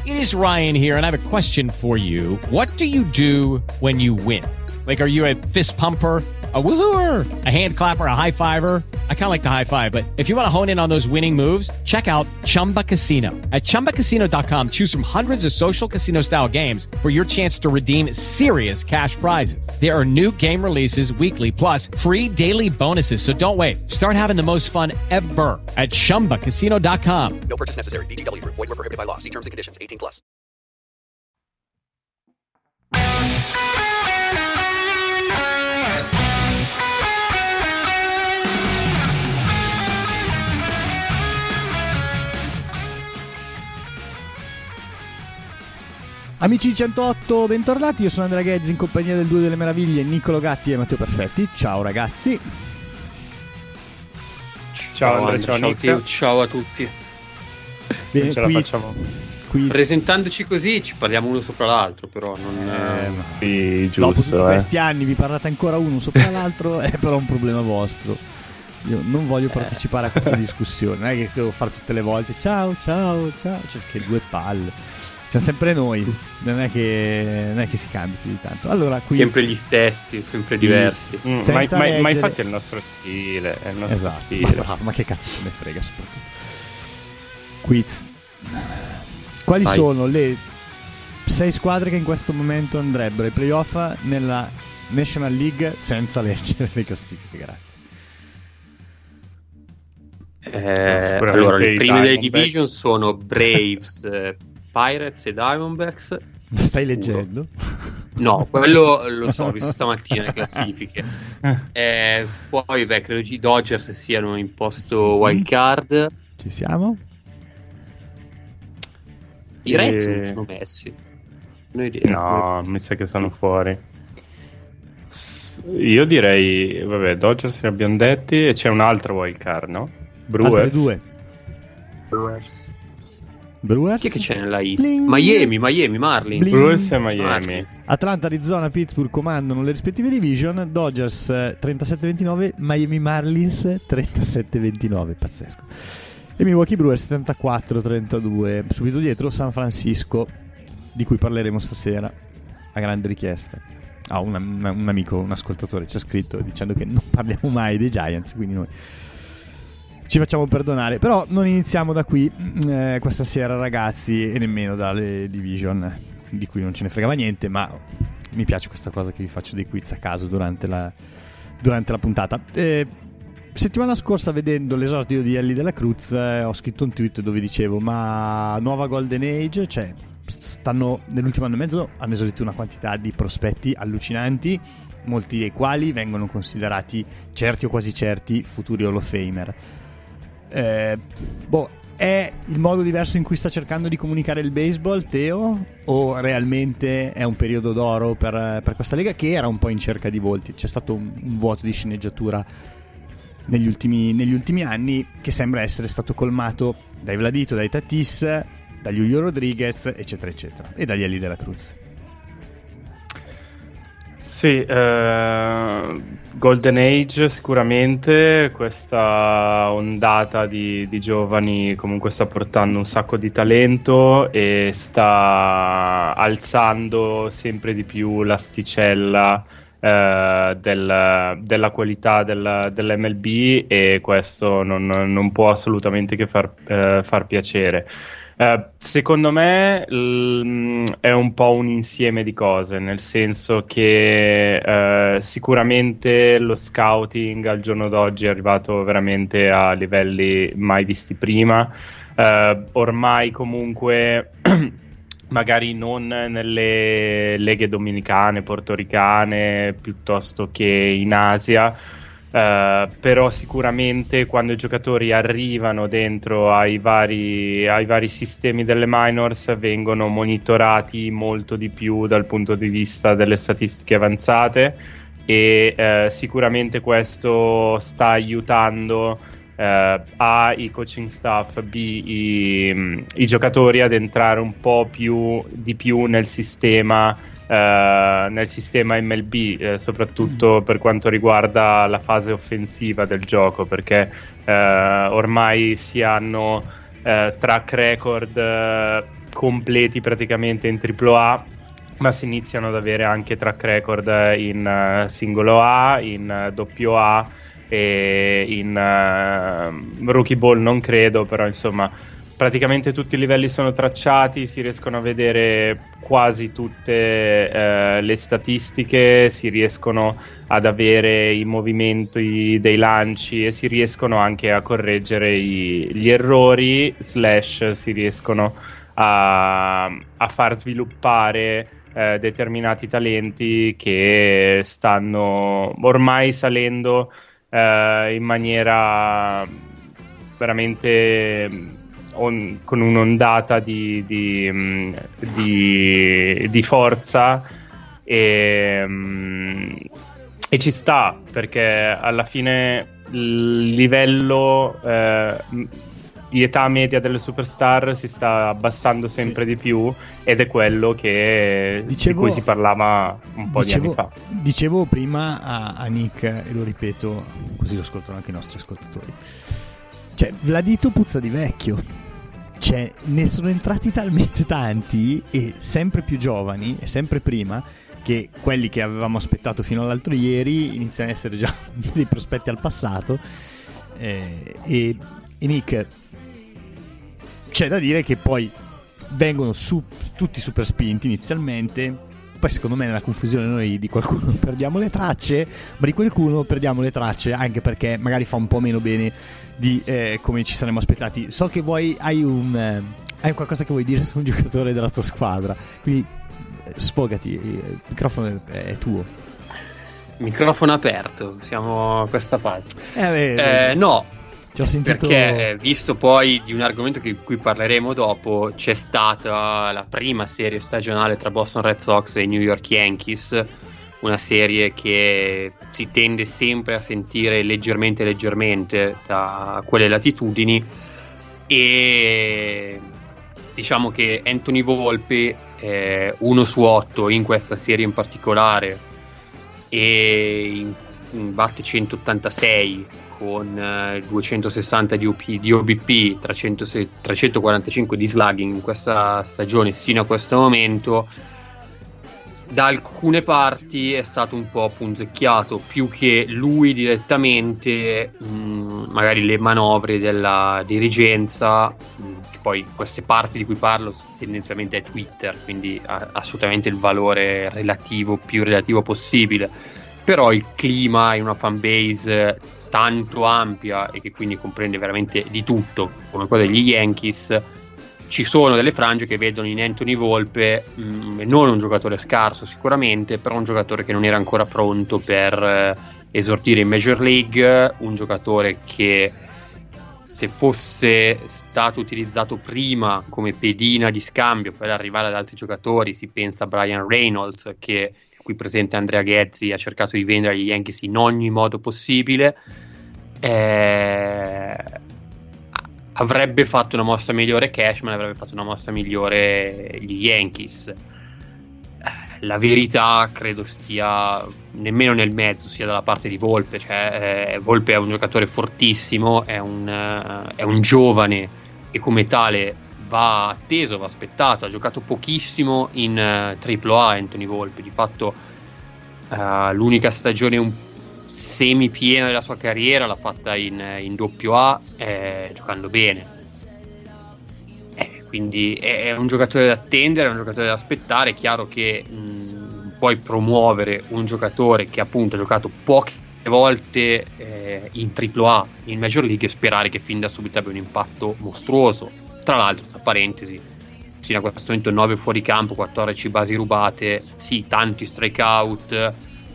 It is Ryan here, and I have a question for you. What do you do when you win? Like, are you a fist pumper, a woohooer, a hand clapper, a high fiver? I kind of like the high five, but if you want to hone in on those winning moves, check out Chumba Casino. At ChumbaCasino.com, choose from hundreds of social casino style games for your chance to redeem serious cash prizes. There are new game releases weekly, plus free daily bonuses. So don't wait. Start having the most fun ever at ChumbaCasino.com. No purchase necessary. VGW Group. Void where prohibited by law. See terms and conditions. 18 plus. Amici 108, bentornati, io sono Andrea Ghezzi in compagnia del Duo delle Meraviglie, Niccolo Gatti e Matteo Perfetti. Ciao ragazzi. Ciao Andrea, ciao a tutti. Bene, ce la facciamo. Presentandoci così ci parliamo uno sopra l'altro, però non sì, dopo giusto, tutti questi anni vi parlate ancora uno sopra l'altro, è però un problema vostro. Io non voglio partecipare a questa discussione, non è che devo fare tutte le volte ciao, cioè che due palle. Siamo sempre noi, non è che si cambi più di tanto. Allora, quiz. Sempre gli stessi, sempre diversi. Ma infatti è il nostro stile. È il nostro esatto. stile. Ma che cazzo ce ne frega, soprattutto. Quiz. Quali sono le 6 squadre che in questo momento andrebbero ai playoff nella National League senza leggere le classifiche? Grazie. Allora, le prime delle division sono Braves, Pirates e Diamondbacks. Ma stai leggendo? No, quello lo so, ho visto stamattina le classifiche. Poi credo i Dodgers siano in posto wild card. Ci siamo? I Reds non sono messi. No, mi sa che sono fuori. Io direi, vabbè, Dodgers li abbiamo detti e c'è un'altra wild card, no? Brewers. Altre due. Brewers? Chi è che c'è nella East? Miami, Marlins. Bling. Brewers e Miami. Atlanta, Arizona, Pittsburgh comandano le rispettive division. Dodgers 37-29, Miami Marlins 37-29, pazzesco. E Milwaukee Brewers 74-32. Subito dietro San Francisco, di cui parleremo stasera a grande richiesta. Un amico, un ascoltatore ci ha scritto dicendo che non parliamo mai dei Giants, quindi noi ci facciamo perdonare. Però non iniziamo da qui questa sera, ragazzi, e nemmeno dalle division, di cui non ce ne fregava niente, ma mi piace questa cosa che vi faccio dei quiz a caso durante la puntata. Settimana scorsa, vedendo l'esordio di Ellie Dela Cruz, ho scritto un tweet dove dicevo: ma nuova Golden Age, cioè nell'ultimo anno e mezzo hanno esordito una quantità di prospetti allucinanti, molti dei quali vengono considerati certi o quasi certi futuri Hall of Famer. È il modo diverso in cui sta cercando di comunicare il baseball, Teo, o realmente è un periodo d'oro per questa lega che era un po' in cerca di volti? C'è stato un vuoto di sceneggiatura negli ultimi anni che sembra essere stato colmato dai Vladito, dai Tatis, da Julio Rodriguez, eccetera eccetera, e dagli Ellie Dela Cruz. Sì, Golden Age sicuramente, questa ondata di giovani comunque sta portando un sacco di talento e sta alzando sempre di più l'asticella della qualità dell'MLB, e questo non può assolutamente che far piacere. Secondo me è un po' un insieme di cose, nel senso che sicuramente lo scouting al giorno d'oggi è arrivato veramente a livelli mai visti prima. Ormai comunque magari non nelle leghe dominicane, portoricane, piuttosto che in Asia, però sicuramente quando i giocatori arrivano dentro ai vari sistemi delle minors vengono monitorati molto di più dal punto di vista delle statistiche avanzate, e sicuramente questo sta aiutando A, i coaching staff, B, i giocatori ad entrare un po' di più nel sistema MLB, soprattutto per quanto riguarda la fase offensiva del gioco, perché ormai si hanno track record completi praticamente in AAA, ma si iniziano ad avere anche track record in singolo A, in AA e in Rookie Ball non credo, però insomma praticamente tutti i livelli sono tracciati, si riescono a vedere quasi tutte le statistiche, si riescono ad avere i movimenti dei lanci e si riescono anche a correggere gli errori, / si riescono a far sviluppare determinati talenti che stanno ormai salendo in maniera veramente con un'ondata di forza e ci sta, perché alla fine il livello di età media delle superstar si sta abbassando sempre di più, ed è quello di cui si parlava un po' di anni fa. Dicevo prima a Nick, e lo ripeto così lo ascoltano anche i nostri ascoltatori, cioè Vladito puzza di vecchio. Cioè, ne sono entrati talmente tanti e sempre più giovani e sempre prima, che quelli che avevamo aspettato fino all'altro ieri iniziano a essere già dei prospetti al passato. E Nick, c'è da dire che poi vengono tutti super spinti inizialmente, poi secondo me nella confusione noi di qualcuno perdiamo le tracce, ma di qualcuno perdiamo le tracce anche perché magari fa un po' meno bene di come ci saremmo aspettati. So che hai qualcosa che vuoi dire su un giocatore della tua squadra, quindi sfogati, il microfono è tuo. Microfono aperto, siamo a questa fase. No, ti ho sentito... perché visto poi di un argomento di cui parleremo dopo, c'è stata la prima serie stagionale tra Boston Red Sox e New York Yankees, una serie che si tende sempre a sentire leggermente da quelle latitudini, e diciamo che Anthony Volpe 1 su 8 in questa serie in particolare, e batte 186 con 260 di OBP, 345 di slugging in questa stagione sino a questo momento. Da alcune parti è stato un po' punzecchiato, più che lui direttamente, magari le manovre della dirigenza, che poi queste parti di cui parlo tendenzialmente è Twitter, quindi ha assolutamente il valore più relativo possibile, però il clima in una fanbase tanto ampia e che quindi comprende veramente di tutto, come quella degli Yankees, ci sono delle frange che vedono in Anthony Volpe non un giocatore scarso sicuramente, però un giocatore che non era ancora pronto per esordire in Major League, un giocatore che se fosse stato utilizzato prima come pedina di scambio per arrivare ad altri giocatori, si pensa a Brian Reynolds, che qui presente Andrea Ghezzi ha cercato di vendere agli Yankees in ogni modo possibile, avrebbe fatto una mossa migliore Cashman, avrebbe fatto una mossa migliore gli Yankees. La verità credo stia nemmeno nel mezzo, sia dalla parte di Volpe, cioè Volpe è un giocatore fortissimo, è un giovane e come tale va atteso, va aspettato. Ha giocato pochissimo in AAA Anthony Volpe, di fatto l'unica stagione semi piena della sua carriera l'ha fatta in AA, giocando bene, quindi è un giocatore da attendere, è un giocatore da aspettare. È chiaro che puoi promuovere un giocatore che appunto ha giocato poche volte in AAA, in Major League, e sperare che fin da subito abbia un impatto mostruoso. Tra l'altro, tra parentesi, fino a questo momento 9 fuori campo, 14 basi rubate, sì, tanti strikeout,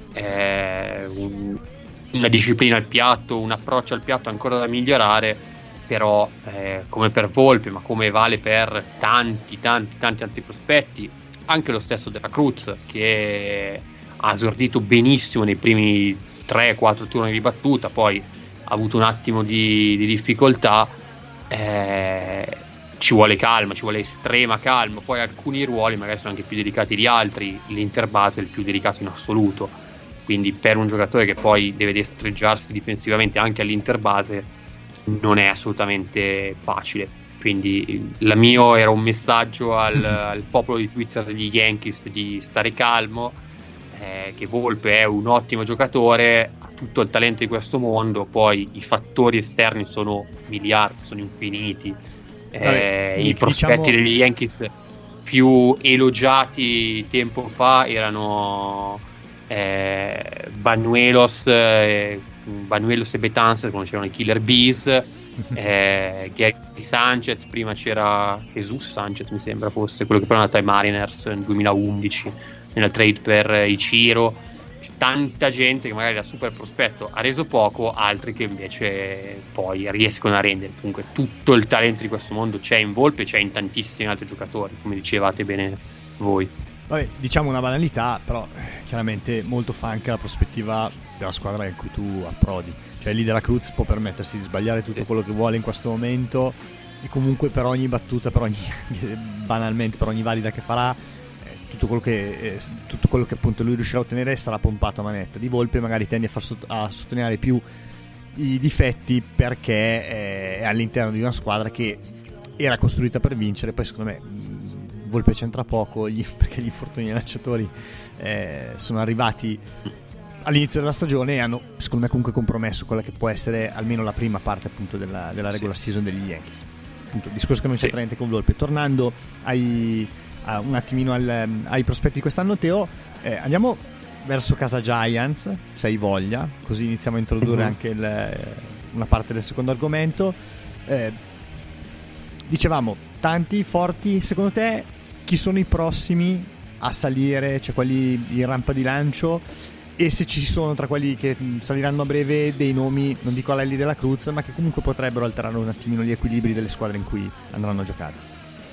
una disciplina al piatto, un approccio al piatto ancora da migliorare, però come per Volpe, ma come vale per tanti altri prospetti, anche lo stesso della Cruz, che ha esordito benissimo nei primi 3-4 turni di battuta, poi ha avuto un attimo di difficoltà, ci vuole calma, ci vuole estrema calma. Poi alcuni ruoli magari sono anche più delicati di altri, l'interbase è il più delicato in assoluto, quindi per un giocatore che poi deve destreggiarsi difensivamente anche all'interbase non è assolutamente facile. quindi il mio era un messaggio al popolo di Twitter degli Yankees di stare calmo, che Volpe è un ottimo giocatore, ha tutto il talento di questo mondo, poi i fattori esterni sono miliardi, sono infiniti. I prospetti degli Yankees più elogiati tempo fa erano Banuelos e Betances, conoscevano i Killer Bees, Gary Sanchez, prima c'era Jesus Sanchez, mi sembra fosse quello che poi è andato ai Mariners nel 2011 nella trade per Ichiro. Tanta gente che magari da super prospetto ha reso poco, altri che invece poi riescono a rendere. Comunque tutto il talento di questo mondo c'è in Volpe, c'è in tantissimi altri giocatori, come dicevate bene voi. Vabbè, diciamo una banalità, però chiaramente molto fa anche la prospettiva della squadra in cui tu approdi. Cioè lì della Cruz può permettersi di sbagliare tutto quello che vuole in questo momento, e comunque per ogni battuta, banalmente per ogni valida che farà, tutto quello che appunto lui riuscirà a ottenere sarà pompato a manetta. Di Volpe magari tendi a sottolineare più i difetti perché è all'interno di una squadra che era costruita per vincere. Poi secondo me Volpe c'entra poco, perché gli infortuni dei lanciatori sono arrivati all'inizio della stagione e hanno secondo me comunque compromesso quella che può essere almeno la prima parte appunto della regular season degli Yankees. Appunto, discorso che non c'entra niente con Volpe. Tornando un attimino ai prospetti di quest'anno, Teo, andiamo verso casa Giants, se hai voglia, così iniziamo a introdurre anche una parte del secondo argomento. Dicevamo tanti forti, secondo te chi sono i prossimi a salire, cioè quelli in rampa di lancio, e se ci sono tra quelli che saliranno a breve dei nomi, non dico all'Ellie della Cruz, ma che comunque potrebbero alterare un attimino gli equilibri delle squadre in cui andranno a giocare?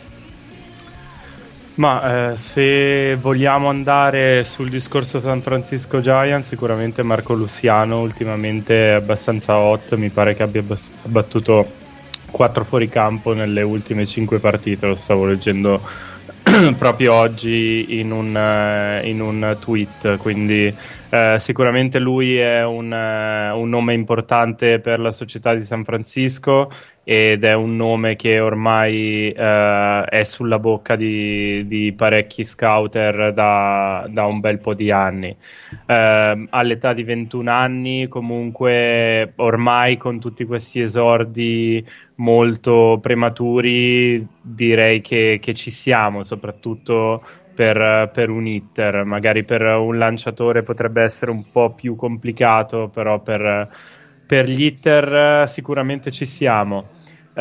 Ma se vogliamo andare sul discorso San Francisco Giants, sicuramente Marco Luciano ultimamente è abbastanza hot, mi pare che abbia battuto 4 fuoricampo nelle ultime 5 partite, lo stavo leggendo proprio oggi in un tweet, quindi sicuramente lui è un nome importante per la società di San Francisco ed è un nome che ormai è sulla bocca di parecchi scouter da un bel po' di anni. All'età di 21 anni comunque ormai con tutti questi esordi molto prematuri direi che ci siamo, soprattutto per un hitter. Magari per un lanciatore potrebbe essere un po' più complicato, però per gli hitter sicuramente ci siamo.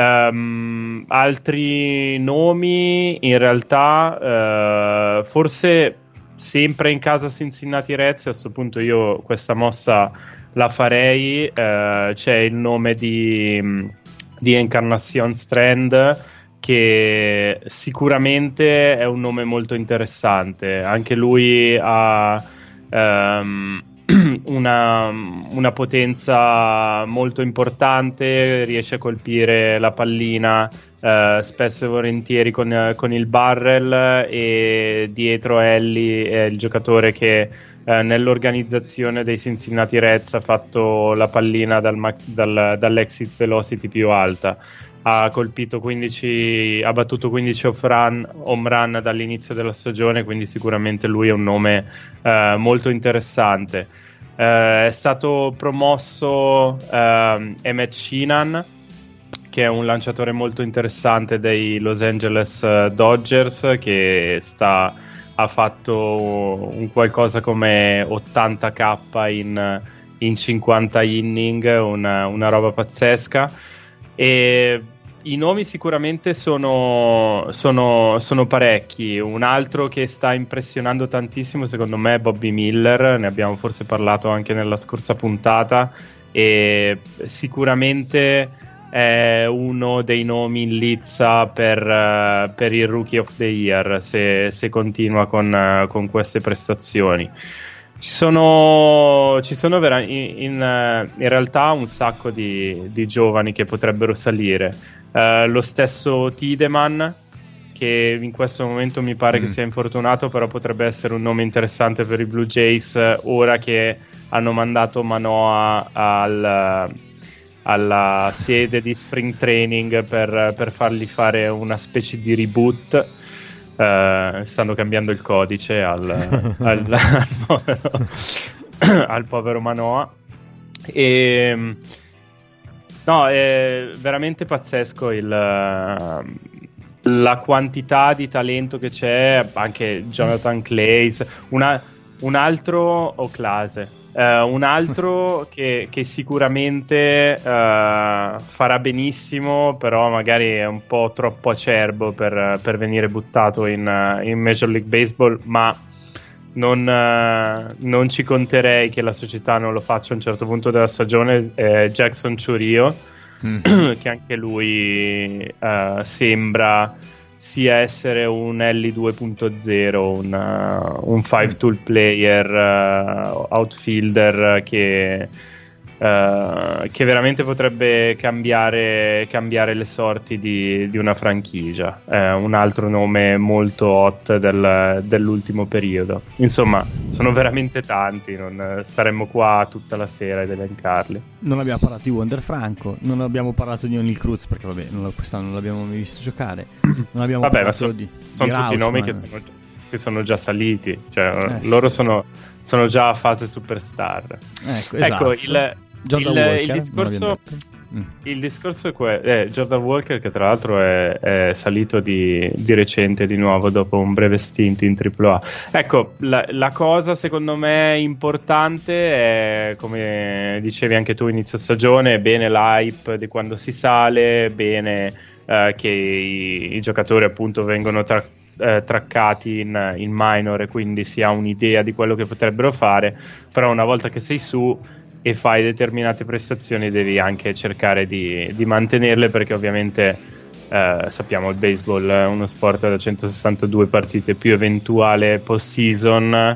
Altri nomi in realtà forse sempre in casa Cincinnati Reds, a questo punto io questa mossa la farei. C'è il nome di Encarnacion Strand, che sicuramente è un nome molto interessante. Anche lui ha una potenza molto importante, riesce a colpire la pallina spesso e volentieri con il barrel, e dietro Ellie è il giocatore che nell'organizzazione dei Cincinnati Reds ha fatto la pallina dall'exit velocity più alta. Ha battuto 15 home run dall'inizio della stagione, quindi sicuramente lui è un nome molto interessante. È stato promosso Emmett Sheehan, che è un lanciatore molto interessante dei Los Angeles Dodgers, che ha fatto un qualcosa come 80k in 50 inning, una roba pazzesca. E i nomi sicuramente sono parecchi. Un altro che sta impressionando tantissimo secondo me è Bobby Miller, ne abbiamo forse parlato anche nella scorsa puntata, e sicuramente è uno dei nomi in lizza per il Rookie of the Year se continua con queste prestazioni. Ci sono in realtà un sacco di giovani che potrebbero salire. Lo stesso Tiedemann, che in questo momento mi pare che sia infortunato, però potrebbe essere un nome interessante per i Blue Jays ora che hanno mandato Manoah alla sede di Spring Training per fargli fare una specie di reboot. Stanno cambiando il codice al povero Manoa. E no, è veramente pazzesco la quantità di talento che c'è, anche Jonathan Claes, un altro che sicuramente farà benissimo, però magari è un po' troppo acerbo per venire buttato in Major League Baseball, ma non ci conterei che la società non lo faccia a un certo punto della stagione. Jackson Chourio, che anche lui sembra sia essere un Ellie 2.0, un five tool player, outfielder che veramente potrebbe cambiare le sorti di una franchigia. Un altro nome molto hot dell'ultimo periodo. Insomma, sono veramente tanti, non staremmo qua tutta la sera ad elencarli. Non abbiamo parlato di Wander Franco, non abbiamo parlato di O'Neal Cruz, perché vabbè, quest'anno non l'abbiamo mai visto giocare. Non abbiamo parlato di sono tutti nomi che sono già saliti, cioè loro sono già a fase superstar. Esatto. Il discorso è Jordan Walker, che tra l'altro è salito di recente di nuovo dopo un breve stint in AAA. Ecco, la cosa secondo me importante è, come dicevi anche tu inizio stagione, bene l'hype di quando si sale, bene che i giocatori appunto vengono traccati in minor, e quindi si ha un'idea di quello che potrebbero fare. Però una volta che sei su e fai determinate prestazioni devi anche cercare di mantenerle, perché ovviamente sappiamo il baseball è uno sport da 162 partite più eventuale post-season,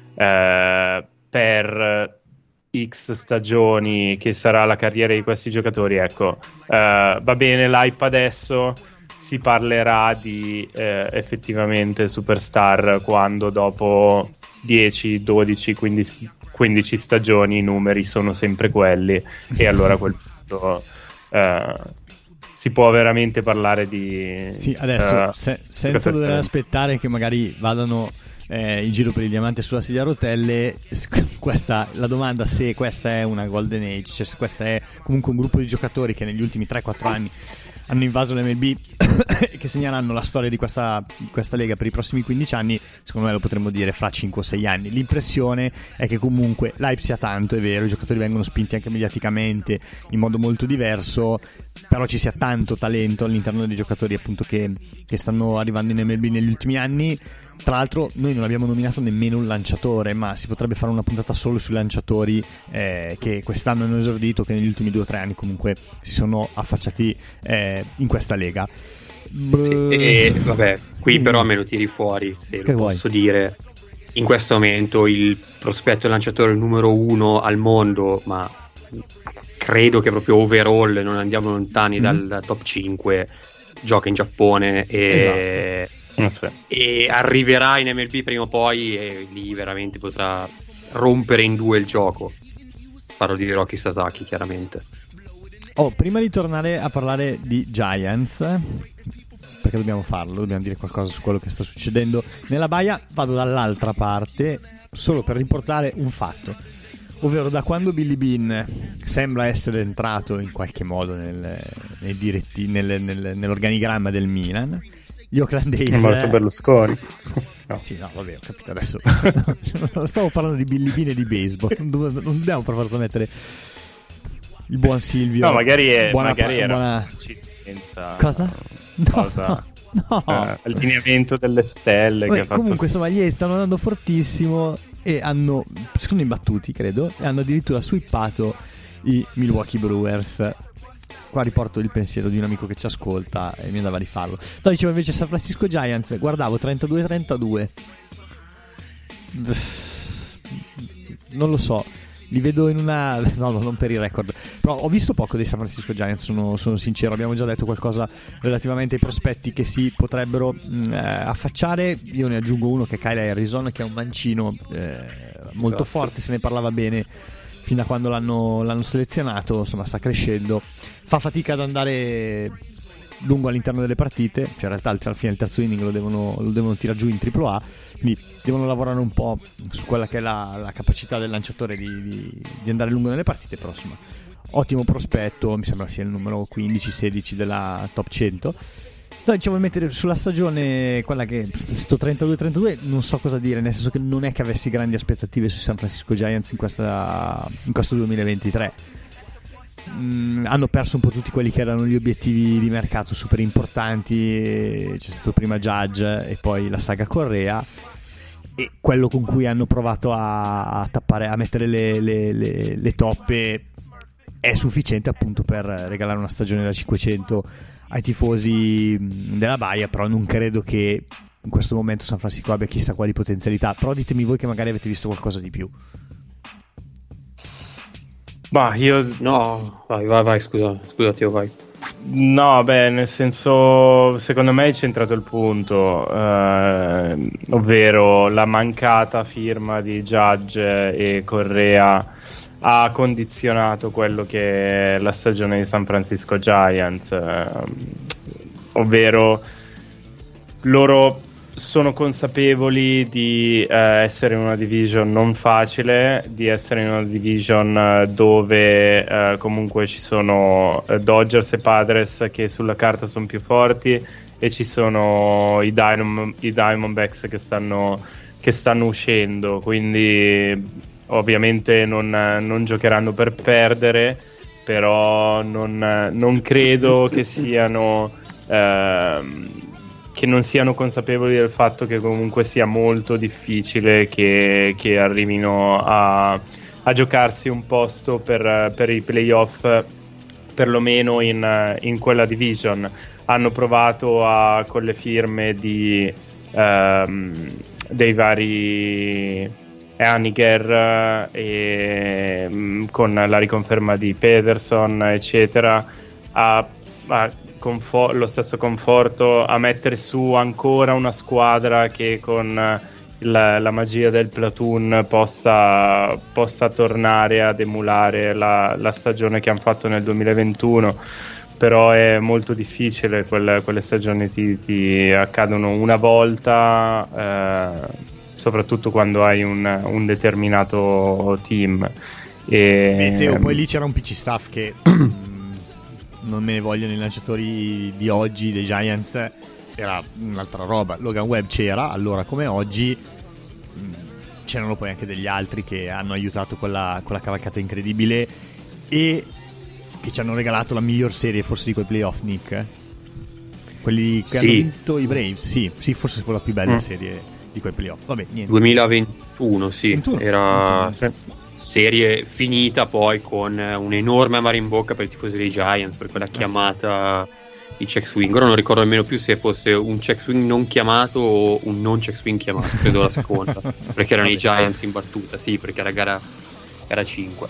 per X stagioni che sarà la carriera di questi giocatori. Ecco, va bene l'hype adesso, si parlerà di effettivamente superstar quando dopo 10, 12, 15 stagioni i numeri sono sempre quelli, e allora a quel punto si può veramente parlare di... Sì, adesso senza dover aspettare che magari vadano in giro per il diamante sulla sedia a rotelle, la domanda se questa è una golden age, cioè se questa è comunque un gruppo di giocatori che negli ultimi 3-4 anni hanno invaso l'MLB che segneranno la storia di questa lega per i prossimi 15 anni, secondo me lo potremmo dire fra 5 o 6 anni. L'impressione è che comunque l'hype sia tanto, è vero, i giocatori vengono spinti anche mediaticamente in modo molto diverso, però ci sia tanto talento all'interno dei giocatori appunto che stanno arrivando in MLB negli ultimi anni. Tra l'altro noi non abbiamo nominato nemmeno un lanciatore, ma si potrebbe fare una puntata solo sui lanciatori che quest'anno hanno esordito, che negli ultimi 2 o 3 anni comunque si sono affacciati in questa lega. E vabbè, qui però me lo tiri fuori, se lo posso dire. In questo momento il prospetto lanciatore numero 1 al mondo, ma credo che proprio overall non andiamo lontani dal top 5, gioca in Giappone e arriverà in MLB prima o poi, e lì veramente potrà rompere in 2 il gioco. Parlo di Roki Sasaki, chiaramente. Prima di tornare a parlare di Giants, perché dobbiamo farlo, dobbiamo dire qualcosa su quello che sta succedendo nella baia, vado dall'altra parte solo per riportare un fatto, ovvero da quando Billy Beane sembra essere entrato in qualche modo nell'organigramma del Milan, gli Oakland A's... È morto Berlusconi. No. Sì, no, vabbè, ho capito adesso. Stavo parlando di Billy Beane e di baseball, non dobbiamo per forza mettere il buon Silvio. No, magari era buona... Cosa? No. Allineamento delle stelle. Vabbè, che ha fatto comunque insomma gli A's stanno andando fortissimo e hanno, secondo me, imbattuti, credo, e hanno addirittura swippato i Milwaukee Brewers. Qua riporto il pensiero di un amico che ci ascolta e mi andava di farlo. No, dicevo invece San Francisco Giants, guardavo 32-32, non lo so, li vedo in una... no, non per il record, però ho visto poco dei San Francisco Giants, sono sincero. Abbiamo già detto qualcosa relativamente ai prospetti che si potrebbero affacciare. Io ne aggiungo uno, che è Kyle Harrison, che è un mancino molto forte, se ne parlava bene fin da quando l'hanno selezionato, insomma sta crescendo, fa fatica ad andare lungo all'interno delle partite, cioè in realtà alla fine il terzo inning lo devono tirare giù in AAA, quindi devono lavorare un po' su quella che è la capacità del lanciatore di andare lungo nelle partite, però insomma ottimo prospetto, mi sembra sia il numero 15-16 della top 100. No, diciamo, mettere sulla stagione quella che sto 32-32 non so cosa dire, nel senso che non è che avessi grandi aspettative sui San Francisco Giants in questo 2023. Hanno perso un po' tutti quelli che erano gli obiettivi di mercato super importanti, c'è stato prima Judge e poi la saga Correa, e quello con cui hanno provato a tappare, a mettere le toppe è sufficiente appunto per regalare una stagione da 500 ai tifosi della Baia, però non credo che in questo momento San Francisco abbia chissà quali potenzialità, però ditemi voi che magari avete visto qualcosa di più. Bah, io no, vai, scusate, vai. No, beh, nel senso, secondo me hai centrato il punto, ovvero la mancata firma di Judge e Correa ha condizionato quello che è la stagione di San Francisco Giants, ovvero loro sono consapevoli di essere in una division non facile, di essere in una division dove comunque ci sono Dodgers e Padres che sulla carta sono più forti, e ci sono i Diamondbacks che stanno uscendo, quindi ovviamente non giocheranno per perdere, però non credo che che non siano consapevoli del fatto che comunque sia molto difficile che arrivino a giocarsi un posto per i playoff, perlomeno in quella division. Hanno provato con le firme dei vari Haniger e con la riconferma di Pederson eccetera, lo stesso conforto a mettere su ancora una squadra che con la magia del platoon possa tornare ad emulare la stagione che hanno fatto nel 2021, però è molto difficile, quelle stagioni ti accadono una volta, soprattutto quando hai un determinato team. Teo, poi lì c'era un PC staff che non me ne vogliono i lanciatori di oggi dei Giants, era un'altra roba. Logan Webb c'era allora come oggi, c'erano poi anche degli altri che hanno aiutato quella cavalcata incredibile e che ci hanno regalato la miglior serie forse di quei playoff, Nick, quelli che hanno vinto i Braves. Sì, forse fu la più bella serie di quei playoff. Vabbè, niente. 2021, sì, 21. Era serie finita poi con un enorme amaro in bocca per i tifosi dei Giants per quella chiamata di check swing. Ora non ricordo nemmeno più se fosse un check swing non chiamato o un non check swing chiamato, credo la seconda, perché erano i Giants in battuta, sì, perché era gara 5.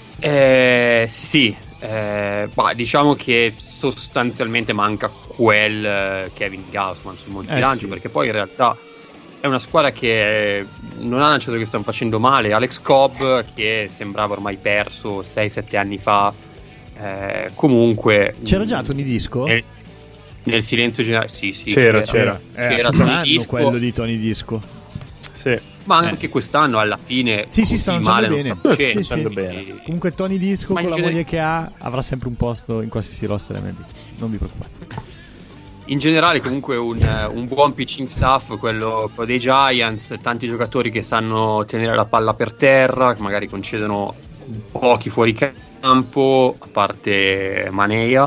Diciamo che sostanzialmente manca quel Kevin Gausman sul montilancio, perché poi in realtà è una squadra che non ha lanciatori che stanno facendo male. Alex Cobb, che sembrava ormai perso 6-7 anni fa, comunque c'era già Tony Disco? Nel silenzio generale, sì, c'era Tony Disco, quello di Tony Disco, sì. Ma anche quest'anno alla fine stanno male andando bene. Comunque Tony Disco, con la moglie che avrà sempre un posto in qualsiasi roster MLB, non vi preoccupate. In generale comunque un buon pitching staff, quello dei Giants, tanti giocatori che sanno tenere la palla per terra, che magari concedono pochi fuori campo, a parte Manea,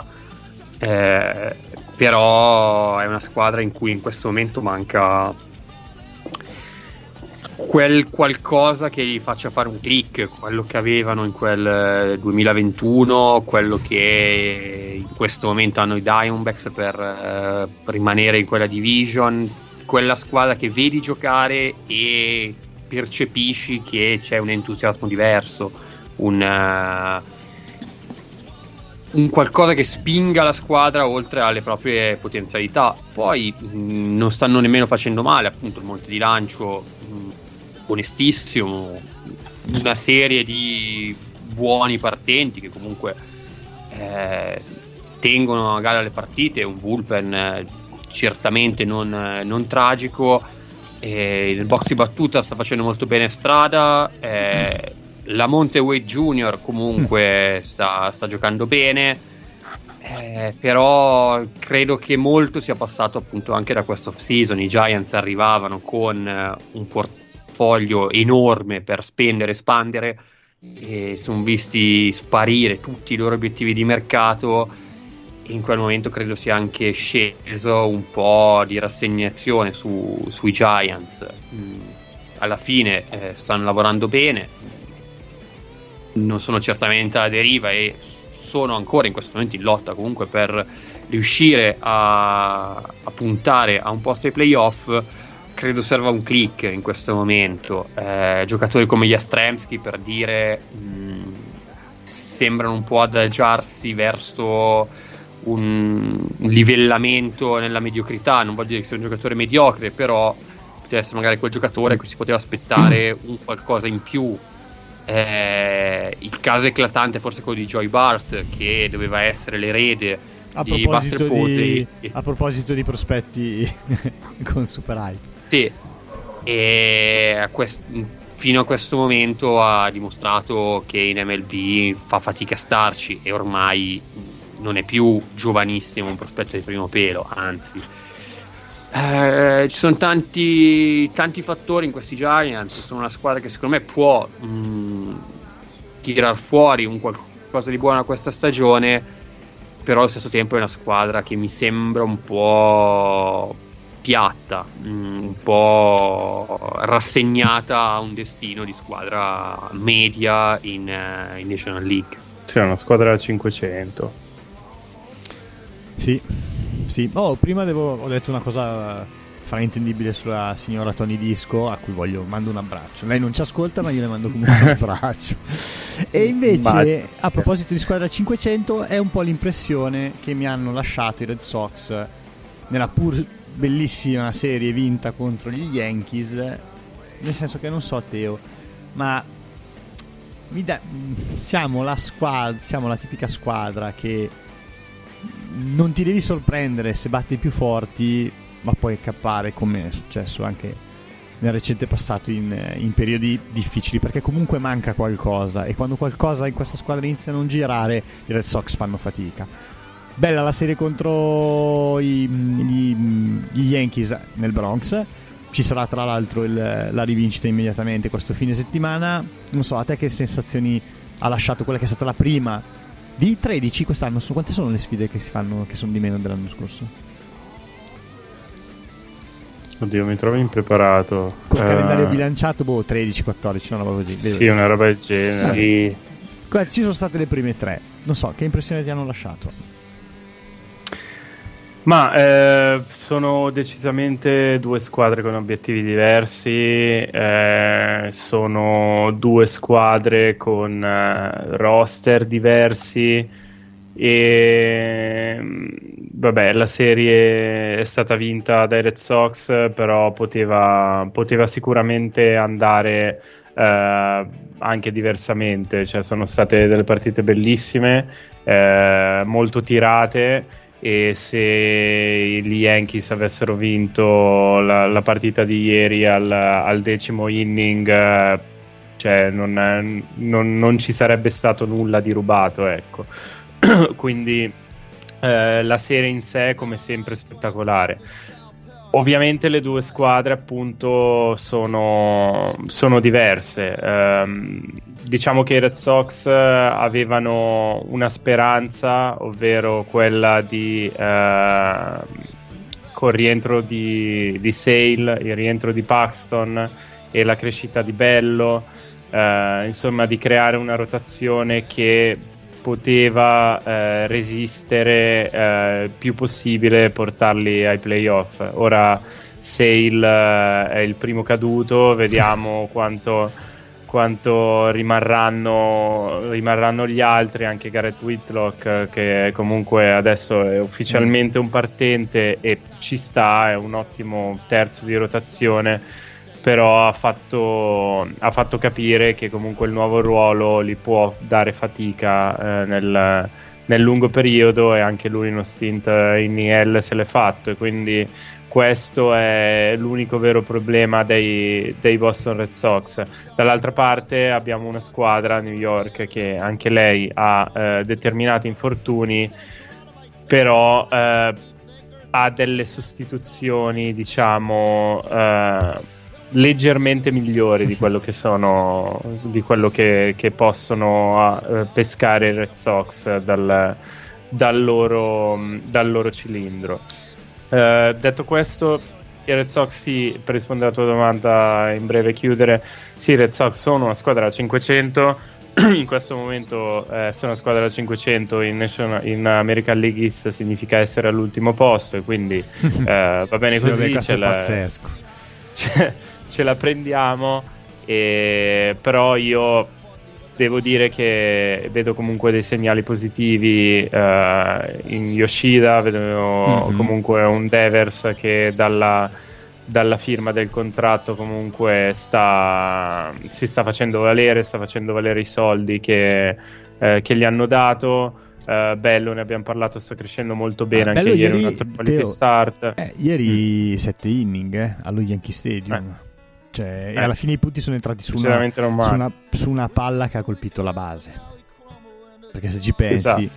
però è una squadra in cui in questo momento manca quel qualcosa che gli faccia fare un click, quello che avevano in quel 2021, quello che in questo momento hanno i Diamondbacks per rimanere in quella division, quella squadra che vedi giocare e percepisci che c'è un entusiasmo diverso, un qualcosa che spinga la squadra oltre alle proprie potenzialità. Poi non stanno nemmeno facendo male, appunto il monte di lancio onestissimo, una serie di buoni partenti che comunque tengono a gara le partite, un bullpen certamente non tragico, il box di battuta sta facendo molto bene strada, la Monte Wade Jr. comunque sta giocando bene, però credo che molto sia passato appunto anche da questa off season. I Giants arrivavano con un portafoglio enorme per spendere e espandere, e sono visti sparire tutti i loro obiettivi di mercato. In quel momento credo sia anche sceso un po' di rassegnazione sui Giants. Alla fine stanno lavorando bene, non sono certamente alla deriva e sono ancora in questo momento in lotta comunque per riuscire a puntare a un posto ai playoff. Credo serva un click in questo momento. Giocatori come Jastrzemski, per dire, sembrano un po' adagiarsi verso un livellamento nella mediocrità. Non voglio dire che sia un giocatore mediocre, però poteva essere magari quel giocatore a cui si poteva aspettare un qualcosa in più. Il caso eclatante forse quello di Joey Bart, che doveva essere l'erede di Buster Posey. A proposito di prospetti con Super Hype. Sì, e fino a questo momento ha dimostrato che in MLB fa fatica a starci, e ormai non è più giovanissimo, un prospetto di primo pelo, anzi. Ci sono tanti fattori in questi Giants. Sono una squadra che secondo me può tirar fuori un qualcosa di buono a questa stagione, però allo stesso tempo è una squadra che mi sembra un po' piatta, un po' rassegnata a un destino di squadra media in National League. Sì, è una squadra da 500. Sì. Oh, prima ho detto una cosa fraintendibile sulla signora Tony Disco, a cui mando un abbraccio. Lei non ci ascolta, ma io le mando comunque un abbraccio. E invece, a proposito di squadra 500, è un po' l'impressione che mi hanno lasciato i Red Sox nella pur bellissima serie vinta contro gli Yankees, nel senso che non so Teo, ma siamo la tipica squadra che non ti devi sorprendere se batti i più forti, ma puoi cappare, come è successo anche nel recente passato in periodi difficili, perché comunque manca qualcosa, e quando qualcosa in questa squadra inizia a non girare, i Red Sox fanno fatica. Bella la serie contro gli Yankees nel Bronx. Ci sarà tra l'altro la rivincita immediatamente questo fine settimana. Non so, a te che sensazioni ha lasciato quella che è stata la prima di 13 quest'anno? Quante sono le sfide che si fanno, che sono di meno dell'anno scorso? Oddio, mi trovo impreparato. Col calendario bilanciato, 13, 14, una roba così. Sì, una roba del genere. Qua ci sono state le prime 3. Non so, che impressione ti hanno lasciato? Ma sono decisamente due squadre con obiettivi diversi, sono due squadre con roster diversi, e vabbè, la serie è stata vinta dai Red Sox, però poteva sicuramente andare anche diversamente. Cioè, sono state delle partite bellissime, molto tirate, e se gli Yankees avessero vinto la partita di ieri al 10° inning, cioè non ci sarebbe stato nulla di rubato, ecco. Quindi la serie in sé come sempre spettacolare. Ovviamente le due squadre appunto sono diverse. Diciamo che i Red Sox avevano una speranza, ovvero quella col rientro di Sale, il rientro di Paxton e la crescita di Bello, insomma, di creare una rotazione che poteva resistere più possibile e portarli ai playoff. Ora Sale è il primo caduto, vediamo quanto rimarranno gli altri, anche Garrett Whitlock, che comunque adesso è ufficialmente un partente e ci sta, è un ottimo terzo di rotazione, però ha fatto capire che comunque il nuovo ruolo gli può dare fatica nel lungo periodo, e anche lui uno stint in IL se l'è fatto, e quindi questo è l'unico vero problema dei Boston Red Sox. Dall'altra parte abbiamo una squadra, New York, che anche lei ha determinati infortuni, però ha delle sostituzioni, diciamo, leggermente migliori di quello che sono, di quello che possono pescare i Red Sox dal loro cilindro. Detto questo, i Red Sox, sì, per rispondere alla tua domanda in breve e chiudere, sì, i Red Sox sono una squadra da 500. In questo momento essere una squadra da 500 in American League East significa essere all'ultimo posto, e quindi va bene sì, così, vabbè, è pazzesco. ce la prendiamo, però io devo dire che vedo comunque dei segnali positivi in Yoshida, vedo comunque un Devers che dalla firma del contratto comunque si sta facendo valere i soldi che gli hanno dato. Bello, ne abbiamo parlato, sta crescendo molto bene, anche ieri un altro quality start. Ieri 7 inning allo Yankee Stadium. Cioè, e alla fine i punti sono entrati su una palla che ha colpito la base, perché se ci pensi, esatto.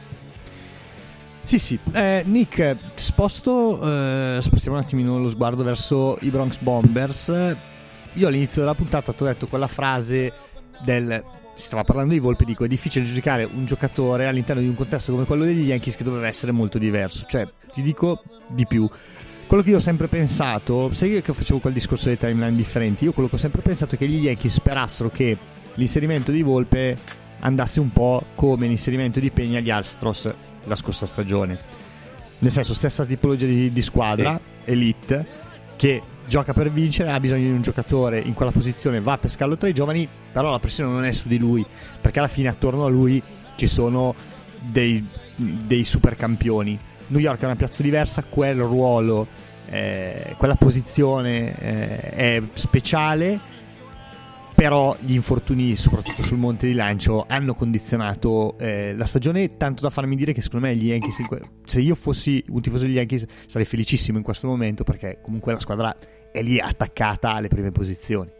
Sì. Nick, spostiamo un attimino lo sguardo verso i Bronx Bombers. Io all'inizio della puntata ti ho detto quella frase si stava parlando di Volpe, dico è difficile giudicare un giocatore all'interno di un contesto come quello degli Yankees, che doveva essere molto diverso. Cioè, ti dico di più, quello che io ho sempre pensato, sai che facevo quel discorso dei timeline differenti, io quello che ho sempre pensato è che gli Yankees sperassero che l'inserimento di Volpe andasse un po' come l'inserimento di Peña agli Astros la scorsa stagione, nel senso stessa tipologia di squadra, sì, elite, che gioca per vincere, ha bisogno di un giocatore in quella posizione, va a pescarlo tra i giovani, però la pressione non è su di lui, perché alla fine attorno a lui ci sono dei super campioni. New York è una piazza diversa, quel ruolo, quella posizione è speciale, però gli infortuni soprattutto sul monte di lancio hanno condizionato la stagione, tanto da farmi dire che secondo me gli Yankees, se io fossi un tifoso degli Yankees sarei felicissimo in questo momento, perché comunque la squadra è lì attaccata alle prime posizioni.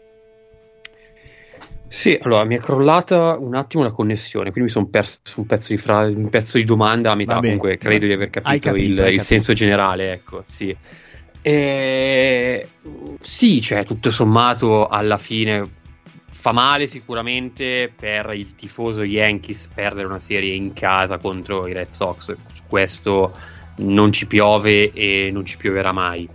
Sì, allora mi è crollata un attimo la connessione, quindi mi sono perso un pezzo di domanda a metà. Vabbè, comunque credo di aver capito il senso generale, ecco, sì. Sì, cioè tutto sommato alla fine fa male sicuramente per il tifoso Yankees perdere una serie in casa contro i Red Sox, questo non ci piove e non ci pioverà mai,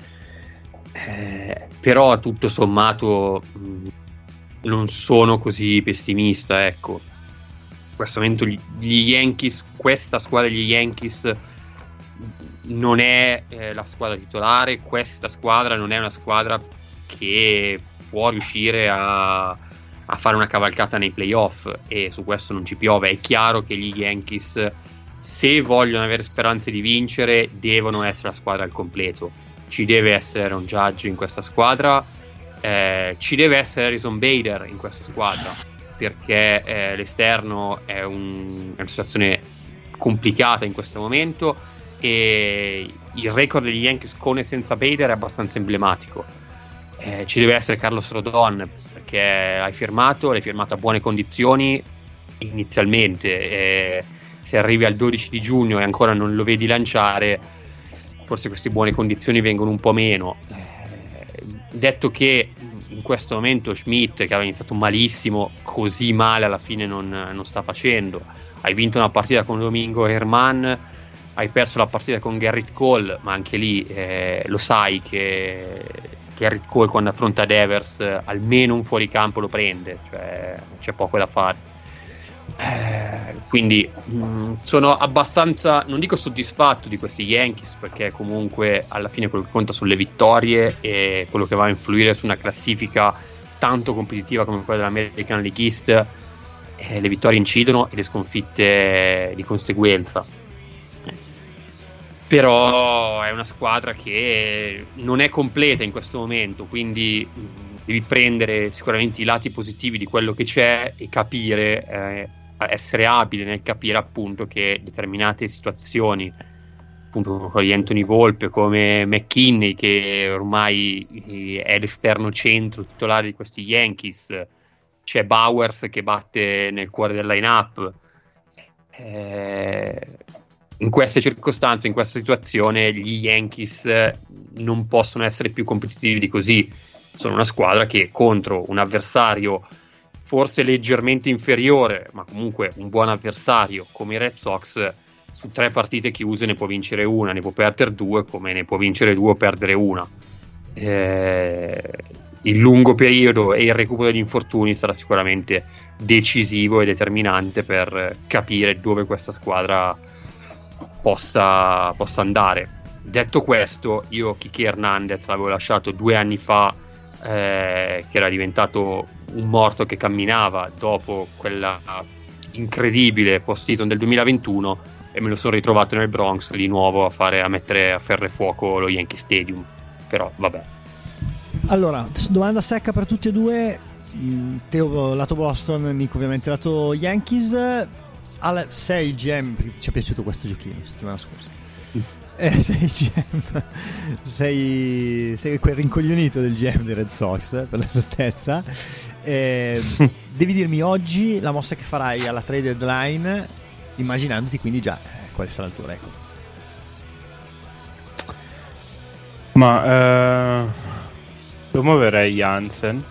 però tutto sommato non sono così pessimista, ecco. In questo momento gli Yankees, questa squadra degli Yankees non è la squadra titolare, questa squadra non è una squadra che può riuscire a fare una cavalcata nei playoff, e su questo non ci piove. È chiaro che gli Yankees, se vogliono avere speranze di vincere, devono essere la squadra al completo. Ci deve essere un Judge in questa squadra, ci deve essere Harrison Bader in questa squadra, perché l'esterno è una situazione complicata in questo momento, e il record degli Yankees con e senza Bader è abbastanza emblematico. Ci deve essere Carlos Rodon, perché l'hai firmato a buone condizioni inizialmente, se arrivi al 12 di giugno e ancora non lo vedi lanciare, forse queste buone condizioni vengono un po' meno. Detto che in questo momento Schmidt, che aveva iniziato malissimo, così male alla fine non sta facendo. Hai vinto una partita con Domingo Germán, hai perso la partita con Gerrit Cole, ma anche lì lo sai che Gerrit Cole, quando affronta Devers, almeno un fuoricampo lo prende, cioè c'è poco da fare. Quindi sono abbastanza, non dico soddisfatto di questi Yankees, perché comunque alla fine quello che conta sono le vittorie, e quello che va a influire su una classifica tanto competitiva come quella dell'American League East, le vittorie incidono e le sconfitte di conseguenza. Però è una squadra che non è completa in questo momento, quindi devi prendere sicuramente i lati positivi di quello che c'è e capire, essere abile nel capire appunto che determinate situazioni, appunto con gli Anthony Volpe, come McKinney, che ormai è l'esterno centro titolare di questi Yankees, c'è Bowers che batte nel cuore del line-up. In queste circostanze, in questa situazione, gli Yankees non possono essere più competitivi di così. Sono una squadra che contro un avversario forse leggermente inferiore, ma comunque un buon avversario come i Red Sox, su 3 partite chiuse ne può vincere una, ne può perdere 2, come ne può vincere 2 o perdere una. Il lungo periodo e il recupero degli infortuni sarà sicuramente decisivo e determinante per capire dove questa squadra possa andare. Detto questo, io Kike Hernandez l'avevo lasciato 2 anni fa, che era diventato un morto che camminava dopo quella incredibile post-season del 2021, e me lo sono ritrovato nel Bronx di nuovo a mettere a ferro e fuoco lo Yankee Stadium. Però vabbè. Allora, domanda secca per tutti e due. Teo lato Boston, Nico ovviamente lato Yankees. Sei il GM, ci è piaciuto questo giochino settimana scorsa. Sei il GM, sei quel rincoglionito del GM dei Red Sox, per l'esattezza. Devi dirmi oggi la mossa che farai alla trade deadline, immaginandoti quindi già quale sarà il tuo record. Ma io muoverei Jansen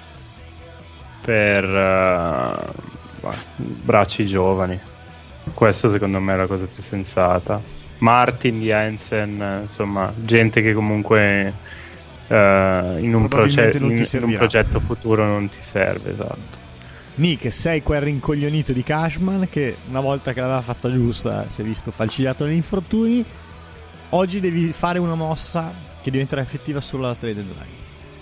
per bracci giovani. Questa secondo me è la cosa più sensata. Martin, Jansen, insomma, gente che comunque in un progetto futuro non ti serve, esatto. Nick, sei quel rincoglionito di Cashman che una volta che l'aveva fatta giusta si è visto falcidiato negli infortuni. Oggi devi fare una mossa che diventerà effettiva solo alla trade deadline.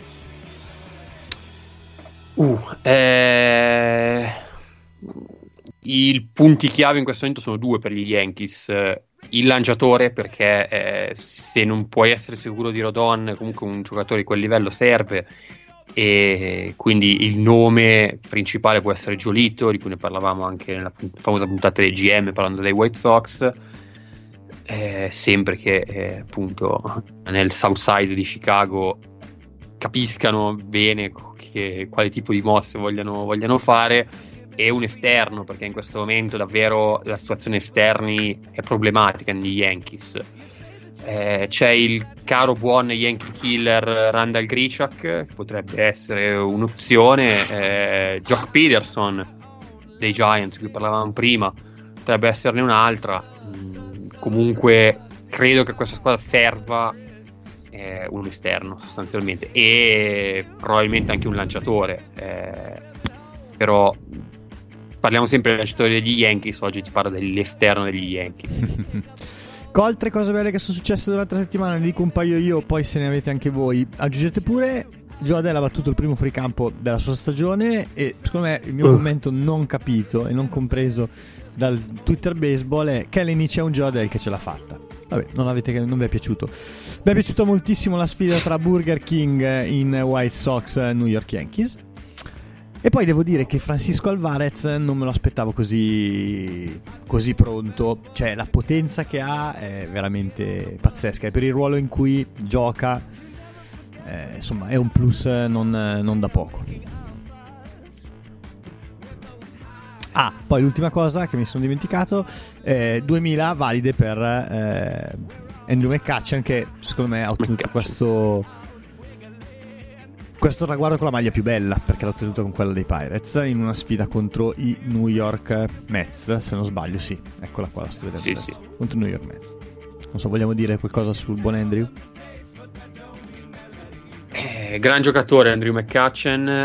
I punti chiave in questo momento sono 2 per gli Yankees. Il lanciatore, perché se non puoi essere sicuro di Rodon, comunque un giocatore di quel livello serve, e quindi il nome principale può essere Giolito, di cui ne parlavamo anche nella famosa puntata dei GM parlando dei White Sox, sempre che appunto nel South Side di Chicago capiscano bene quale tipo di mosse vogliano fare, e un esterno, perché in questo momento davvero la situazione esterni è problematica negli Yankees. C'è il caro buon Yankee killer Randall Grichuk, che potrebbe essere un'opzione. Jock Peterson dei Giants, di cui parlavamo prima, potrebbe esserne un'altra. Comunque credo che questa squadra serva un esterno sostanzialmente, e probabilmente anche un lanciatore, però parliamo sempre del lanciatore degli Yankees. Oggi ti parlo dell'esterno degli Yankees. Altre cose belle che sono successe durante la settimana, ne dico un paio io, poi se ne avete anche voi aggiungete pure. Joe Adele ha battuto il primo free campo della sua stagione, e secondo me il mio commento non capito e non compreso dal Twitter Baseball è: Kelleny, c'è un Joe Adele che ce l'ha fatta. Vabbè, non vi è piaciuto. Mi è piaciuta moltissimo la sfida tra Burger King in White Sox New York Yankees. E poi devo dire che Francisco Alvarez non me lo aspettavo così pronto. Cioè, la potenza che ha è veramente pazzesca, e per il ruolo in cui gioca insomma è un plus non da poco. Poi l'ultima cosa che mi sono dimenticato, 2000 valide per Andrew McCutchen, che secondo me ha ottenuto questo traguardo con la maglia più bella, perché l'ha ottenuto con quella dei Pirates in una sfida contro i New York Mets, se non sbaglio. Sì, eccola qua, la sto vedendo adesso. Sì. Contro i New York Mets. Non so, vogliamo dire qualcosa sul buon Andrew? Gran giocatore Andrew McCutchen,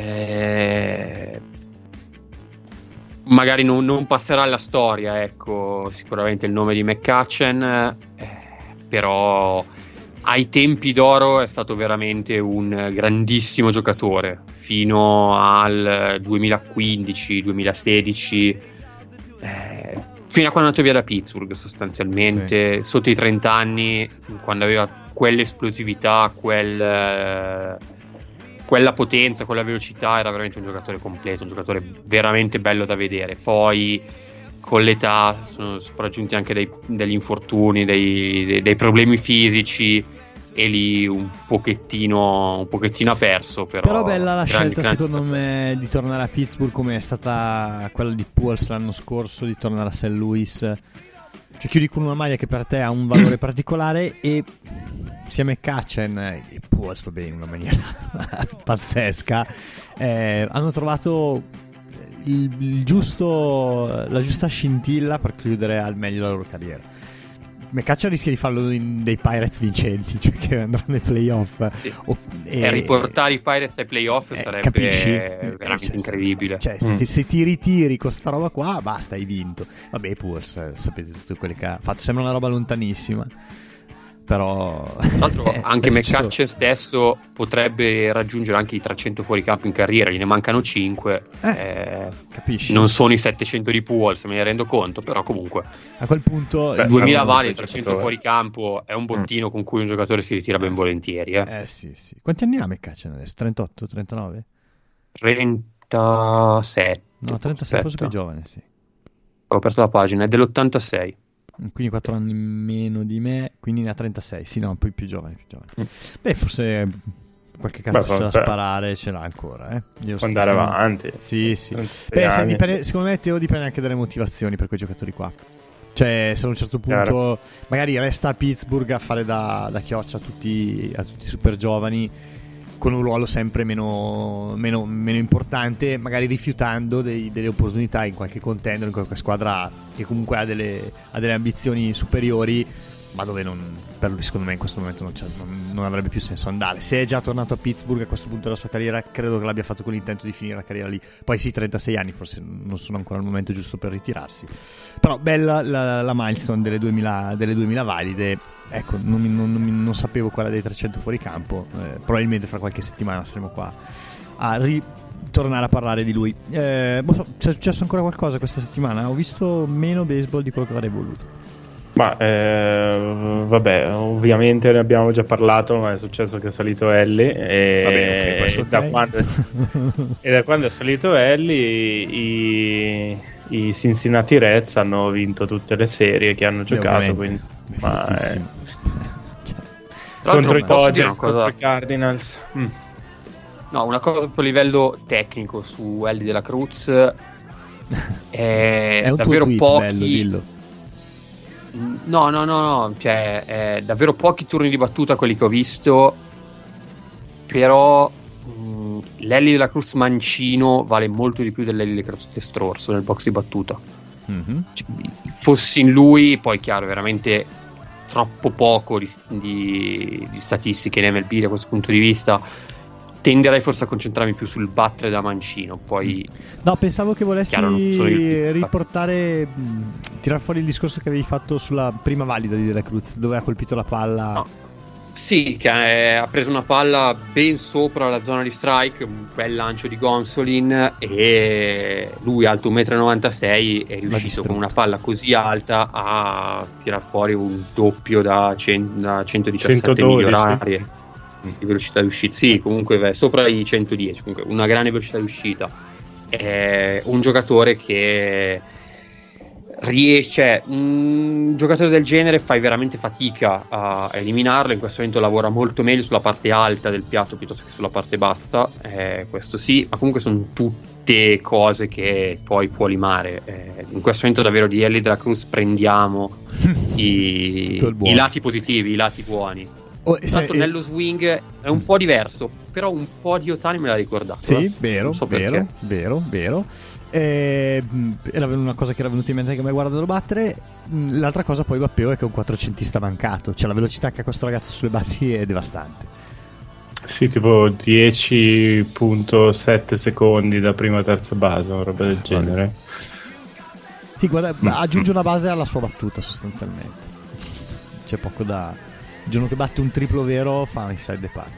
magari non passerà alla storia, ecco, sicuramente il nome di McCutchen, però ai tempi d'oro è stato veramente un grandissimo giocatore, fino al 2015-2016, fino a quando è andato via da Pittsburgh sostanzialmente, sì. Sotto i 30 anni, quando aveva quell'esplosività, quel quella potenza, quella velocità, era veramente un giocatore completo, un giocatore veramente bello da vedere. Poi con l'età sono sopraggiunti anche degli infortuni, dei problemi fisici, e lì un pochettino ha perso. Però bella la scelta secondo me di tornare a Pittsburgh, come è stata quella di Pujols l'anno scorso, di tornare a St. Louis. Cioè chiudi con una maglia che per te ha un valore particolare, e sia McCutchen e Pujols in una maniera pazzesca hanno trovato la giusta scintilla per chiudere al meglio la loro carriera. McCutchen rischia di farlo in dei Pirates vincenti, cioè che andranno ai playoff. Sì. E riportare i Pirates ai playoff sarebbe veramente incredibile. Cioè, se ti ritiri con sta roba qua, basta, hai vinto. Vabbè, Pujols, sapete tutte quelle che ha fatto, sembra una roba lontanissima. Però tra l'altro anche McCutchen stesso potrebbe raggiungere anche i 300 fuoricampo in carriera, gliene mancano 5. Capisci? Non sono i 700 di Pujols, me ne rendo conto, però comunque a quel punto 2000 vali, 300 fuoricampo è un bottino con cui un giocatore si ritira ben volentieri. Sì. Quanti anni ha McCutchen adesso? 38, 39? 37. No, 36, forse più giovane, sì. Ho aperto la pagina, è dell'86. Quindi 4 anni meno di me, quindi ne ha 36. Sì, no, poi più giovane. Beh, forse qualche caso da sparare ce l'ha ancora, può andare avanti. Sì. Beh, secondo me Teo dipende anche dalle motivazioni per quei giocatori qua. Cioè, se a un certo punto magari resta a Pittsburgh a fare da chioccia a tutti i super giovani, con un ruolo sempre meno importante, magari rifiutando delle opportunità in qualche contender, in qualche squadra che comunque ha delle ambizioni superiori, ma dove secondo me in questo momento non avrebbe più senso andare. Se è già tornato a Pittsburgh a questo punto della sua carriera, credo che l'abbia fatto con l'intento di finire la carriera lì. Poi sì, 36 anni forse non sono ancora il momento giusto per ritirarsi, però bella la milestone delle 2000 valide. Ecco, non sapevo quella dei 300 fuori campo. Probabilmente fra qualche settimana saremo qua a tornare a parlare di lui. C'è successo ancora qualcosa questa settimana? Ho visto meno baseball di quello che avrei voluto. Ma vabbè, ovviamente ne abbiamo già parlato, ma è successo che è salito Elly e da quando è salito Elly i Cincinnati Reds hanno vinto tutte le serie che hanno giocato, quindi contro i Dodgers, contro i Cardinals. No, una cosa proprio a livello tecnico su Elly de la Cruz, è un davvero tweet pochi bello, dillo. No, cioè davvero pochi turni di battuta quelli che ho visto, però l'Elly della Cruz mancino vale molto di più dell'Elly della Cruz destrorso nel box di battuta. Cioè, fossi in lui, poi chiaro, veramente troppo poco di statistiche in MLB da questo punto di vista. Tenderei forse a concentrarmi più sul battere da mancino. Poi no, pensavo che volessi riportare, tirar fuori il discorso che avevi fatto sulla prima valida di De La Cruz, dove ha colpito la palla. No. Sì, che ha preso una palla ben sopra la zona di strike, un bel lancio di Gonsolin, e lui alto 1,96 m è riuscito con una palla così alta a tirar fuori un doppio da 117 miglia orarie di velocità di uscita. Sì, comunque sopra i 110, comunque una grande velocità di uscita. È un giocatore che riesce, un giocatore del genere fai veramente fatica a eliminarlo. In questo momento lavora molto meglio sulla parte alta del piatto piuttosto che sulla parte bassa, questo sì, ma comunque sono tutte cose che poi può limare. In questo momento davvero di Elly de la Cruz prendiamo i lati positivi, i lati buoni. Tanto nello swing è un po' diverso, però un po' di Ohtani me l'ha ricordato. Sì, vero. Era una cosa che era venuta in mente anche a me guardando battere. L'altra cosa poi Bappeo è che è un quattrocentista mancato, cioè la velocità che ha questo ragazzo sulle basi è devastante. Sì, tipo 10.7 secondi da prima a terza base, una roba del genere. Sì, guarda, aggiunge una base alla sua battuta sostanzialmente. C'è poco da... Il giorno che batte un triplo vero fa inside the park.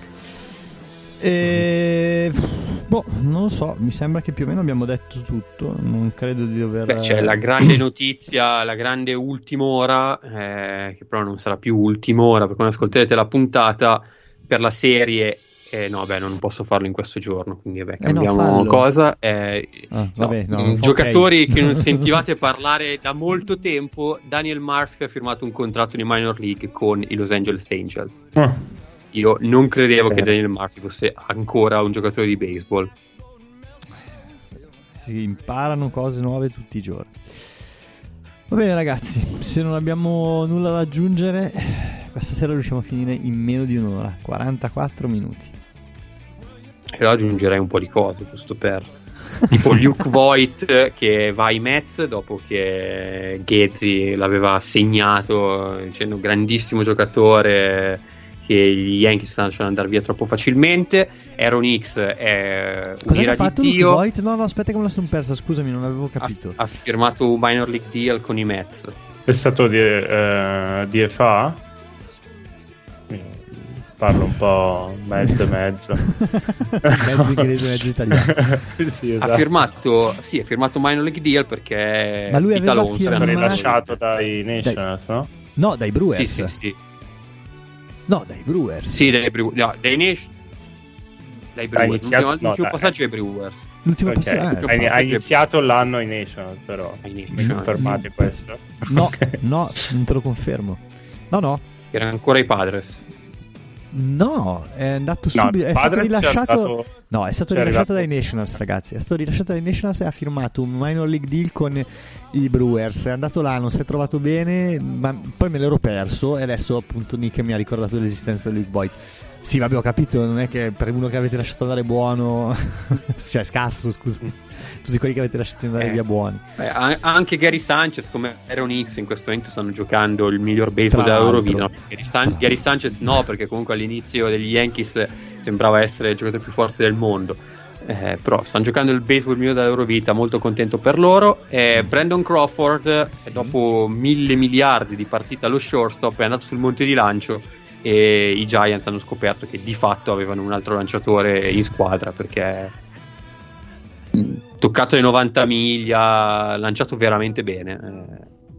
Non lo so, mi sembra che più o meno abbiamo detto tutto. Non credo di dover... c'è la grande notizia, la grande ultima ora, che però non sarà più ultima ora, perché quando ascolterete la puntata, per la serie No, beh, non posso farlo in questo giorno, quindi vabbè, no, cambiamo fallo. cosa. Vabbè, no, Giocatori ok. che non sentivate parlare da molto tempo. Daniel Murphy ha firmato un contratto di minor league con i Los Angeles Angels. Io non credevo che Daniel Murphy fosse ancora un giocatore di baseball. Si imparano cose nuove tutti i giorni. Va bene ragazzi, se non abbiamo nulla da aggiungere, questa sera riusciamo a finire in meno di un'ora, 44 minuti. Io aggiungerei un po' di cose, giusto per... tipo Luke Voigt che va ai Mets dopo che Ghezzi l'aveva segnato dicendo grandissimo giocatore che gli Yankees stanno lasciando andare via troppo facilmente. Aaron Hicks è Cosa un'ira ha fatto di Luke Dio. Voigt? No, aspetta che me la sono persa, scusami, non avevo capito. Ha firmato un minor league deal con i Mets. È stato DFA? Parlo un po' mezzo e mezzo. Mezzo inglese, mezzo italiano. Sì, esatto. Ha firmato un minor league deal perché Ma lui Pete aveva Alonso firmato- era rilasciato dai Nationals, no? No, dai Brewers. Sì. No, dai Brewers. Sì, dai Brewers. No, dai Brewers. iniziato- L'ultimo no, passaggio ai Brewers. L'ultimo Ok, passaggio. ha iniziato l'anno ai Nationals, però Ai mi Nationals. confermate questo? No, Ok. no, non te lo confermo. No, Era ancora i Padres. no, è andato No, subito, è stato Padres è rilasciato. arrivato- No, è stato c'è rilasciato arrivato- dai Nationals, ragazzi. È stato rilasciato dai Nationals e ha firmato un minor league deal con i Brewers. È andato là, non si è trovato bene, ma poi me l'ero perso. E adesso, appunto, Nick mi ha ricordato l'esistenza di Luke Voigt. Sì, vabbè, ho capito. Non è che per uno che avete lasciato andare buono, cioè scarso, scusa. Tutti quelli che avete lasciato andare via buoni. Anche Gary Sanchez come Aaron Hicks in questo momento stanno giocando il miglior baseball Tra dell'Eurovita. l'altro. No, Gary Sanchez no, perché comunque all'inizio degli Yankees sembrava essere il giocatore più forte del mondo. Però stanno giocando il baseball migliore dell'Eurovita, molto contento per loro. Brandon Crawford, dopo 1.000 miliardi di partite allo shortstop, è andato sul monte di lancio e i Giants hanno scoperto che di fatto avevano un altro lanciatore in squadra, perché toccato le 90 miglia, lanciato veramente bene.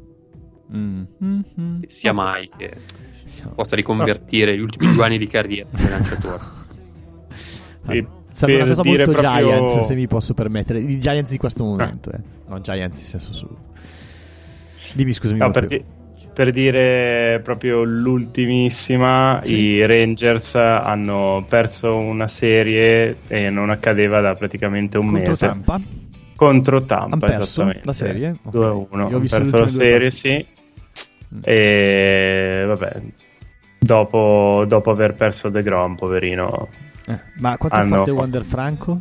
Sia mai che possa riconvertire gli ultimi 2 anni di carriera come lanciatore. Sembra una cosa dire molto proprio- Giants, se mi posso permettere. I Giants di questo momento, No, Giants in senso su. Dimmi, scusami. No, proprio. per dire proprio l'ultimissima, Sì. i Rangers hanno perso una serie e non accadeva da praticamente un Contro mese. Tampa. Contro Tampa, Han perso esattamente. la serie? Ok. 2-1. Io ho Hanno visto perso la le ultime due serie, partite. sì. E vabbè, dopo aver perso DeGrom, poverino, Ma quanto è hanno- forte Wander Franco?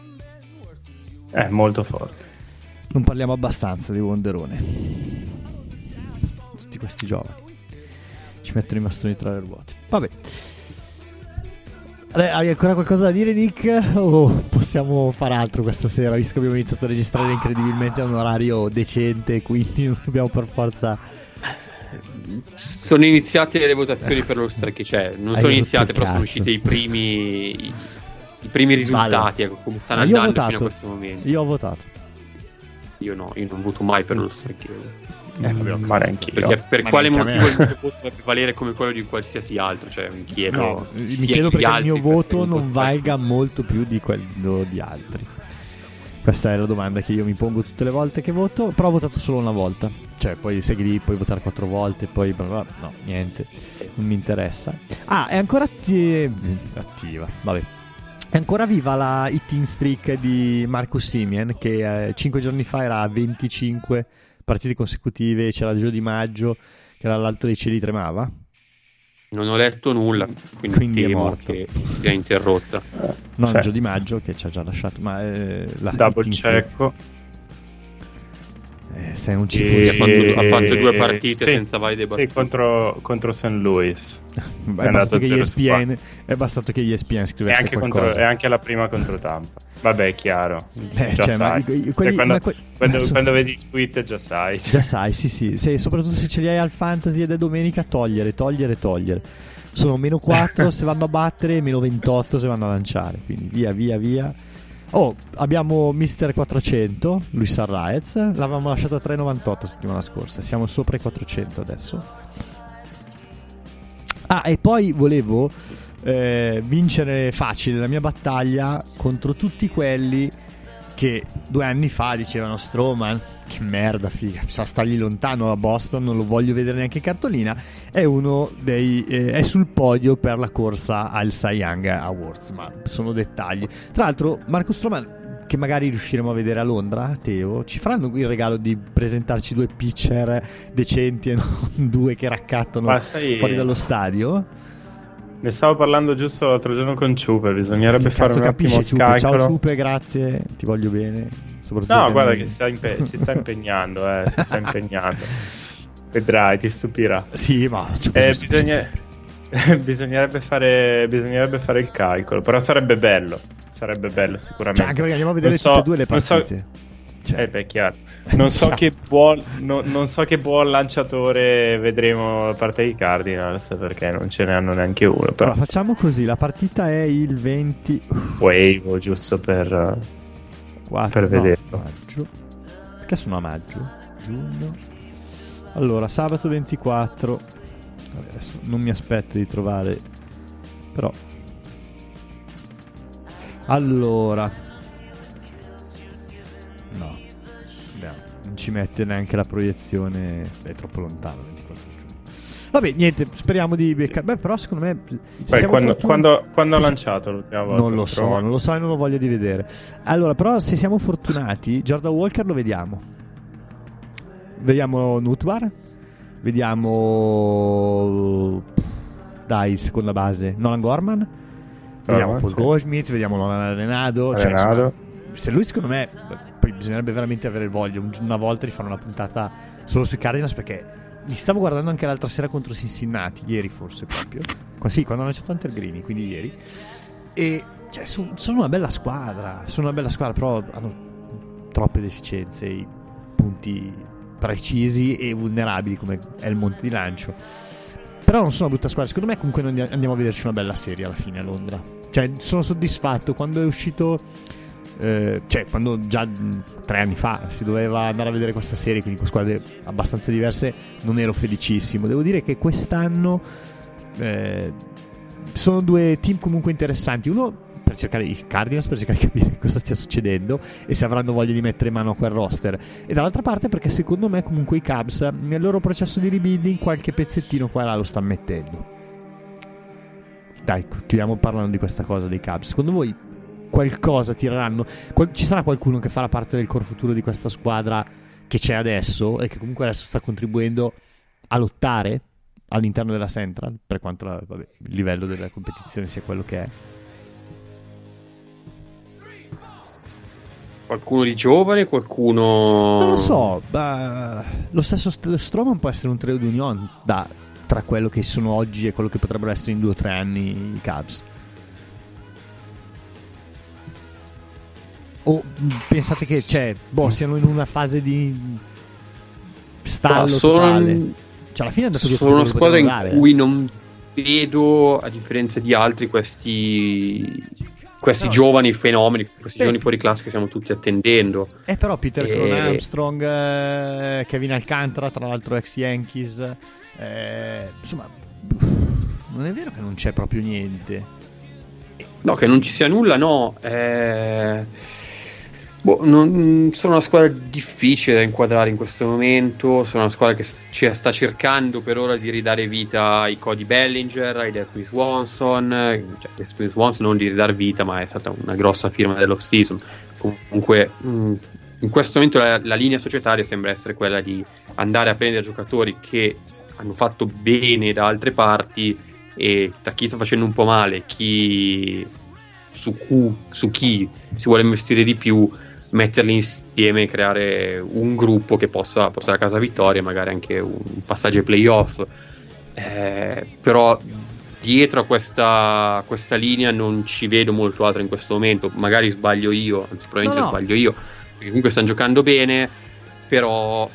è molto forte. Non parliamo abbastanza di Wanderone. Tutti questi giovani ci mettono i bastoni tra le ruote. Vabbè. Hai ancora qualcosa da dire, Nick? O possiamo fare altro questa sera, visto che abbiamo iniziato a registrare incredibilmente a un orario decente, quindi non dobbiamo per forza... Sono iniziate le votazioni per lo strike, cioè non Hai sono rotto iniziate, il però sono cazzo. usciti i primi risultati, ecco, come stanno Ma io ho andando fino a votato. questo momento. Io ho votato. Io no, io non voto mai per lo strike. Ma neanch'io. Perché per Ma quale neanche a motivo me. il mio voto dovrebbe valere come quello di qualsiasi altro? Cioè mi chiedo, No, mi sia chiedo gli perché il altri mio voto perché non comunque- valga molto più di quello di altri. Questa è la domanda che io mi pongo tutte le volte che voto. Però ho votato solo una volta. Cioè, poi segui lì, puoi votare 4 volte. Poi bla bla, no, niente. Non mi interessa. Ah, è ancora attiva. Vabbè. È ancora viva la hitting streak di Marcus Semien, che 5 giorni fa era a 25 partite consecutive. C'era Gio Di Maggio, che era all'alto dei cieli, tremava. Non ho letto nulla, Quindi è temo morto. che sia interrotta. Non Cioè. Gio Di Maggio, che ci ha già lasciato, ma la Double hitting streak. check. Se non ci E- fosse... ha fatto 2 partite sì, senza vai dei sì, battiti. contro St. Louis. È andato bastato che 0-4. ESPN è bastato che ESPN E scrivesse anche, qualcosa. e anche la prima contro Tampa. Vabbè, è chiaro. Già cioè, ma sai. quelli- Cioè, quando, ma que- quando- ma so- quando vedi il tweet già sai. Già sai, sì. Soprattutto se ce li hai al fantasy ed è domenica, togliere. Sono meno 4 se vanno a battere e meno 28 se vanno a lanciare. Quindi via. Oh, abbiamo Mr. 400, Luis Arraez. L'avevamo lasciato a 3,98 settimana scorsa. Siamo sopra i 400 adesso. Ah, e poi volevo vincere facile la mia battaglia contro tutti quelli che 2 anni fa dicevano Strowman, che merda, figa, sa stargli lontano a Boston, non lo voglio vedere neanche in cartolina. È uno dei è sul podio per la corsa al Cy Young Awards, ma sono dettagli. Tra l'altro Marco Strowman, che magari riusciremo a vedere a Londra, Teo, ci faranno il regalo di presentarci 2 pitcher decenti e non 2 che raccattano fuori dallo stadio? Ne stavo parlando giusto l'altro giorno con Ciupe, bisognerebbe fare un attimo il calcolo. Ciao Ciupe, grazie, ti voglio bene. No, guarda che si sta impegnando, si sta impegnando. Vedrai, ti stupirà. Sì, ma bisognerebbe fare il calcolo, però sarebbe bello sicuramente. Cioè, anche perché andiamo a vedere tutte e 2 le partite. Beh, chiaro. Non so che buon lanciatore vedremo da parte dei Cardinals, perché non ce ne hanno neanche uno. Però allora, facciamo così: la partita è il 20 Wave, giusto per vederlo. Maggio. Perché sono a maggio? Giugno. Allora, sabato 24. Vabbè, adesso non mi aspetto di trovare, però. Allora. No, non ci mette neanche la proiezione, è troppo lontano. 24 giugno. Vabbè, niente, speriamo di beccare. Beh, però secondo me quando ha lanciato l'ultima volta? Non lo so e non ho voglia di vedere. Allora, però se siamo fortunati, Jordan Walker lo vediamo Nutbar, vediamo seconda base Nolan Gorman, vediamo Paul Goldschmidt, vediamo Nolan Arenado. Se lui, secondo me, poi bisognerebbe veramente avere voglia una volta di fare una puntata solo sui Cardinals, perché li stavo guardando anche l'altra sera contro Cincinnati, ieri forse proprio, quando hanno lanciato Hunter-Greene, quindi ieri, e cioè, sono una bella squadra, però hanno troppe deficienze, i punti precisi e vulnerabili come è il monte di lancio. Però non sono una brutta squadra, secondo me comunque noi andiamo a vederci una bella serie alla fine a Londra. Cioè, sono soddisfatto. Quando è uscito quando già 3 anni fa si doveva andare a vedere questa serie, quindi con squadre abbastanza diverse, non ero felicissimo. Devo dire che quest'anno sono 2 team comunque interessanti. Uno per cercare i Cardinals, per cercare di capire cosa stia succedendo e se avranno voglia di mettere mano a quel roster, e dall'altra parte perché secondo me comunque i Cubs nel loro processo di rebuilding qualche pezzettino qua e là lo stanno mettendo. Dai, chiudiamo parlando di questa cosa dei Cubs. Secondo voi qualcosa tireranno? Ci sarà qualcuno che farà parte del core futuro di questa squadra che c'è adesso e che comunque adesso sta contribuendo a lottare all'interno della Central, per quanto il livello della competizione sia quello che è? Qualcuno di giovane, qualcuno... Non lo so, lo stesso Strowman può essere un trade union tra quello che sono oggi e quello che potrebbero essere in 2 o 3 anni i Cubs. O pensate che siano in una fase di stallo totale? Cioè alla fine è andato via. Sono una squadra in cui non vedo, a differenza di altri, questi giovani fenomeni, questi giovani fuori classe che stiamo tutti attendendo. Però Peter Cron Armstrong, Kevin Alcantara, tra l'altro ex Yankees, insomma, non è vero che non c'è proprio niente. No, che non ci sia nulla, no. Sono una squadra difficile da inquadrare in questo momento. Sono una squadra che sta cercando per ora di ridare vita ai Cody Bellinger, ai Dansby Swanson. Dansby Swanson non di ridare vita, ma è stata una grossa firma dell'off season. Comunque in questo momento la linea societaria sembra essere quella di andare a prendere giocatori che hanno fatto bene da altre parti, e da chi sta facendo un po' male, su chi si vuole investire di più, metterli insieme e creare un gruppo che possa portare a casa vittorie, magari anche un passaggio ai playoff. Però dietro a questa linea non ci vedo molto altro in questo momento. Magari sbaglio io, anzi probabilmente sbaglio io, perché comunque stanno giocando bene, però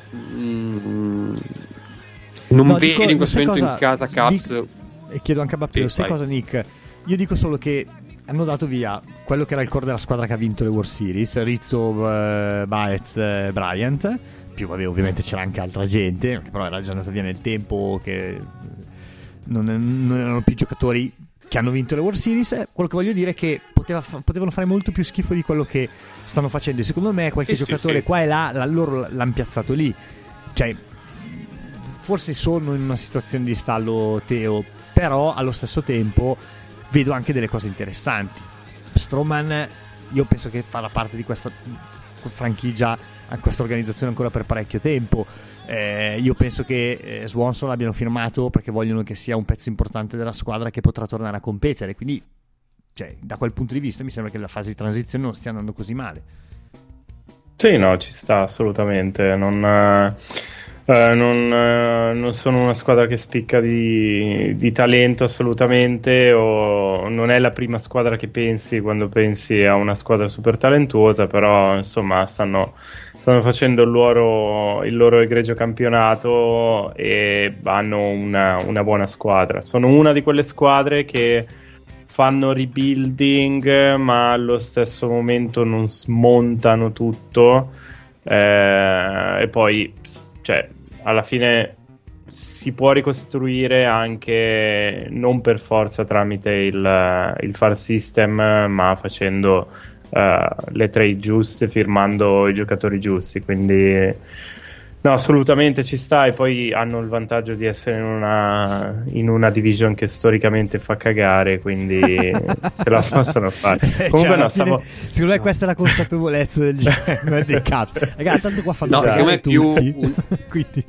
non vedo in questo momento in casa Cubs. E chiedo anche a Bappio, sai cosa, Nick? Io dico solo che hanno dato via quello che era il core della squadra che ha vinto le World Series, Rizzo, Baez, Bryant, più ovviamente c'era anche altra gente che però era già andata via nel tempo, che non erano più giocatori che hanno vinto le World Series. Quello che voglio dire è che potevano fare molto più schifo di quello che stanno facendo, e secondo me qualche giocatore qua e là loro l'hanno piazzato lì. Cioè, forse sono in una situazione di stallo, Teo, però allo stesso tempo vedo anche delle cose interessanti. Stroman, io penso che farà parte di questa franchigia, a questa organizzazione ancora per parecchio tempo. Io penso che Swanson l'abbiano firmato perché vogliono che sia un pezzo importante della squadra che potrà tornare a competere, quindi cioè, da quel punto di vista mi sembra che la fase di transizione non stia andando così male. Sì, no, ci sta assolutamente. Non sono una squadra che spicca di talento assolutamente, o non è la prima squadra che pensi quando pensi a una squadra super talentuosa, però insomma stanno facendo il loro egregio campionato e hanno una buona squadra. Sono una di quelle squadre che fanno rebuilding ma allo stesso momento non smontano tutto, e poi cioè, alla fine si può ricostruire anche non per forza tramite il far system, ma facendo le trade giuste, firmando i giocatori giusti, quindi no, assolutamente ci sta. E poi hanno il vantaggio di essere in una division che storicamente fa cagare, quindi ce la possono fare. Comunque no, secondo me questa è la consapevolezza del GM dei Cubs. Ragazzi, tanto qua fanno secondo me più quindi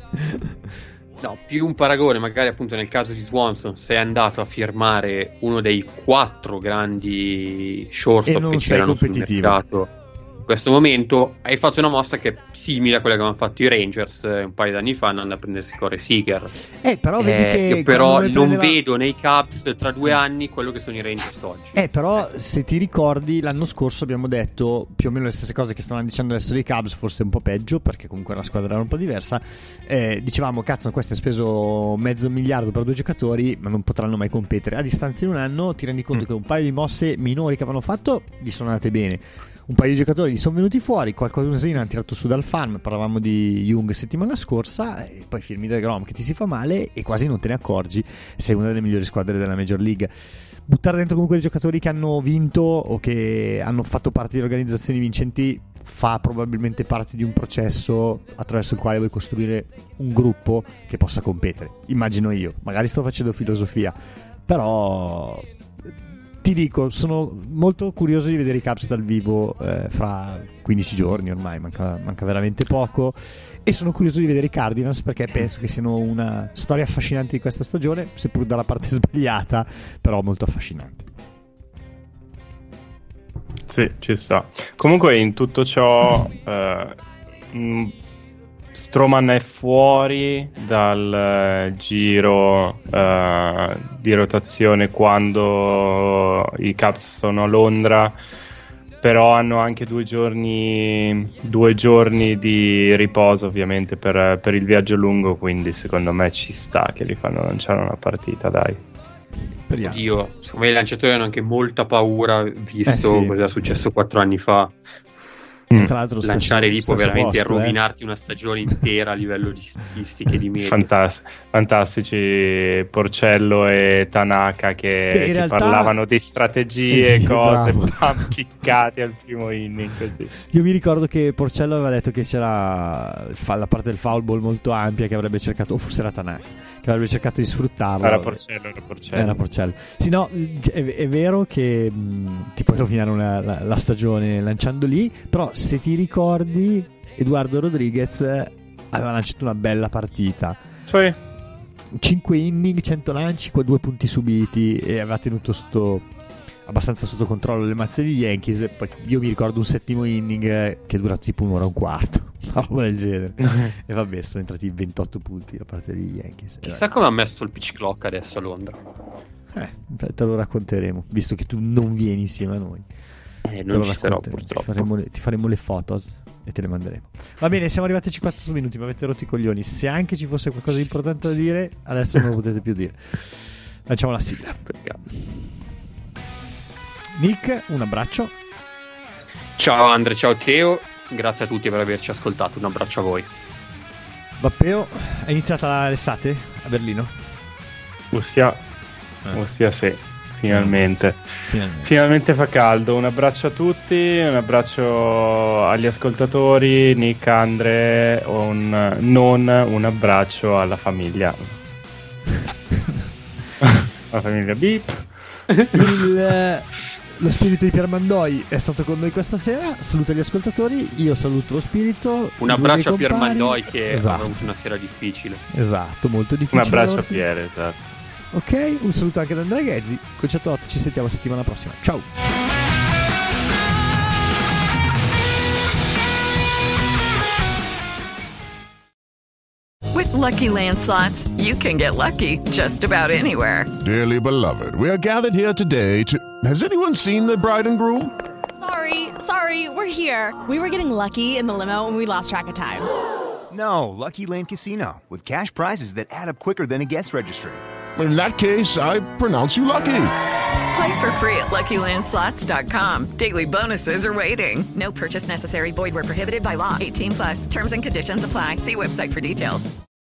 più un paragone, magari appunto nel caso di Swanson, sei andato a firmare uno dei 4 grandi shortstop che c'erano sul mercato in questo momento, hai fatto una mossa che è simile a quella che avevano fatto i Rangers un paio d'anni fa, andando a prendersi Corey Seager. Però vedi che io però non vedo nei Cubs tra 2 anni quello che sono i Rangers oggi. Però se ti ricordi, l'anno scorso abbiamo detto più o meno le stesse cose che stavano dicendo adesso i Cubs, forse un po' peggio perché comunque la squadra era un po' diversa. Dicevamo, cazzo, questi hanno speso $500 milioni per 2 giocatori, ma non potranno mai competere. A distanza di un anno ti rendi conto che un paio di mosse minori che avevano fatto gli sono andate bene, un paio di giocatori gli sono venuti fuori, qualcosina hanno tirato su dal farm. Parlavamo di Young settimana scorsa, e poi firmi DeGrom che ti si fa male e quasi non te ne accorgi, sei una delle migliori squadre della Major League. Buttare dentro comunque dei giocatori che hanno vinto o che hanno fatto parte di organizzazioni vincenti fa probabilmente parte di un processo attraverso il quale vuoi costruire un gruppo che possa competere, immagino io. Magari sto facendo filosofia, però ti dico, sono molto curioso di vedere i Cubs dal vivo fra 15 giorni ormai, manca veramente poco, e sono curioso di vedere i Cardinals perché penso che siano una storia affascinante di questa stagione, seppur dalla parte sbagliata, però molto affascinante. Sì, ci sta. Comunque in tutto ciò Stroman è fuori dal giro di rotazione quando i Cubs sono a Londra, però hanno anche 2 giorni di riposo ovviamente per il viaggio lungo, quindi secondo me ci sta che li fanno lanciare una partita, dai. Oddio, secondo me i lanciatori hanno anche molta paura visto cosa è successo 4 anni fa. Tra l'altro lanciare lì può veramente rovinarti una stagione intera a livello di statistiche di media. Fantastici Porcello e Tanaka che realtà parlavano di strategie e cose, piccati al primo inning così. Io mi ricordo che Porcello aveva detto che c'era la parte del foul ball molto ampia che avrebbe cercato, o forse era Tanaka che avrebbe cercato di sfruttarlo. Era Porcello. Sì, no, è vero che ti puoi rovinare la stagione lanciando lì, però se ti ricordi Eduardo Rodriguez aveva lanciato una bella partita, 5 inning, 100 lanci, 2 punti subiti, e aveva tenuto abbastanza sotto controllo le mazze di Yankees. Poi io mi ricordo un 7° inning che è durato tipo 1 ora e un quarto, una roba del genere. E vabbè, sono entrati 28 punti da parte degli Yankees. Chissà come ha messo il pitch clock adesso a Londra. Te lo racconteremo, visto che tu non vieni insieme a noi. Non ci sarò purtroppo. Ti faremo le fotos e te le manderemo. Va bene, siamo arrivati a 54 minuti, mi avete rotto i coglioni. Se anche ci fosse qualcosa di importante da dire, adesso non lo potete più dire. Lanciamo la sigla. Nick, un abbraccio. Ciao Andre, ciao Teo, grazie a tutti per averci ascoltato, un abbraccio a voi. Bappeo, è iniziata l'estate a Berlino? Ossia sì. finalmente fa caldo. Un abbraccio a tutti, un abbraccio agli ascoltatori, Nick, Andre, un abbraccio alla famiglia. La famiglia Beep. Lo spirito di Pier Mandoi è stato con noi questa sera. Saluto gli ascoltatori, io saluto lo spirito. Un abbraccio a Pier Mandoi che esatto. ha avuto una sera difficile. Esatto, molto difficile. Un abbraccio a Pier, esatto. Ok, un saluto anche ad Andrea Ghezzi. Concetto 8, ci sentiamo settimana prossima. Ciao. With Lucky Land Slots, you can get lucky just about anywhere. Dearly beloved, we are gathered here today to... Has anyone seen the bride and groom? Sorry, we're here. We were getting lucky in the limo and we lost track of time. No, Lucky Land Casino, with cash prizes that add up quicker than a guest registry. In that case, I pronounce you lucky. Play for free at LuckyLandSlots.com. Daily bonuses are waiting. No purchase necessary. Void where prohibited by law. 18+. Terms and conditions apply. See website for details.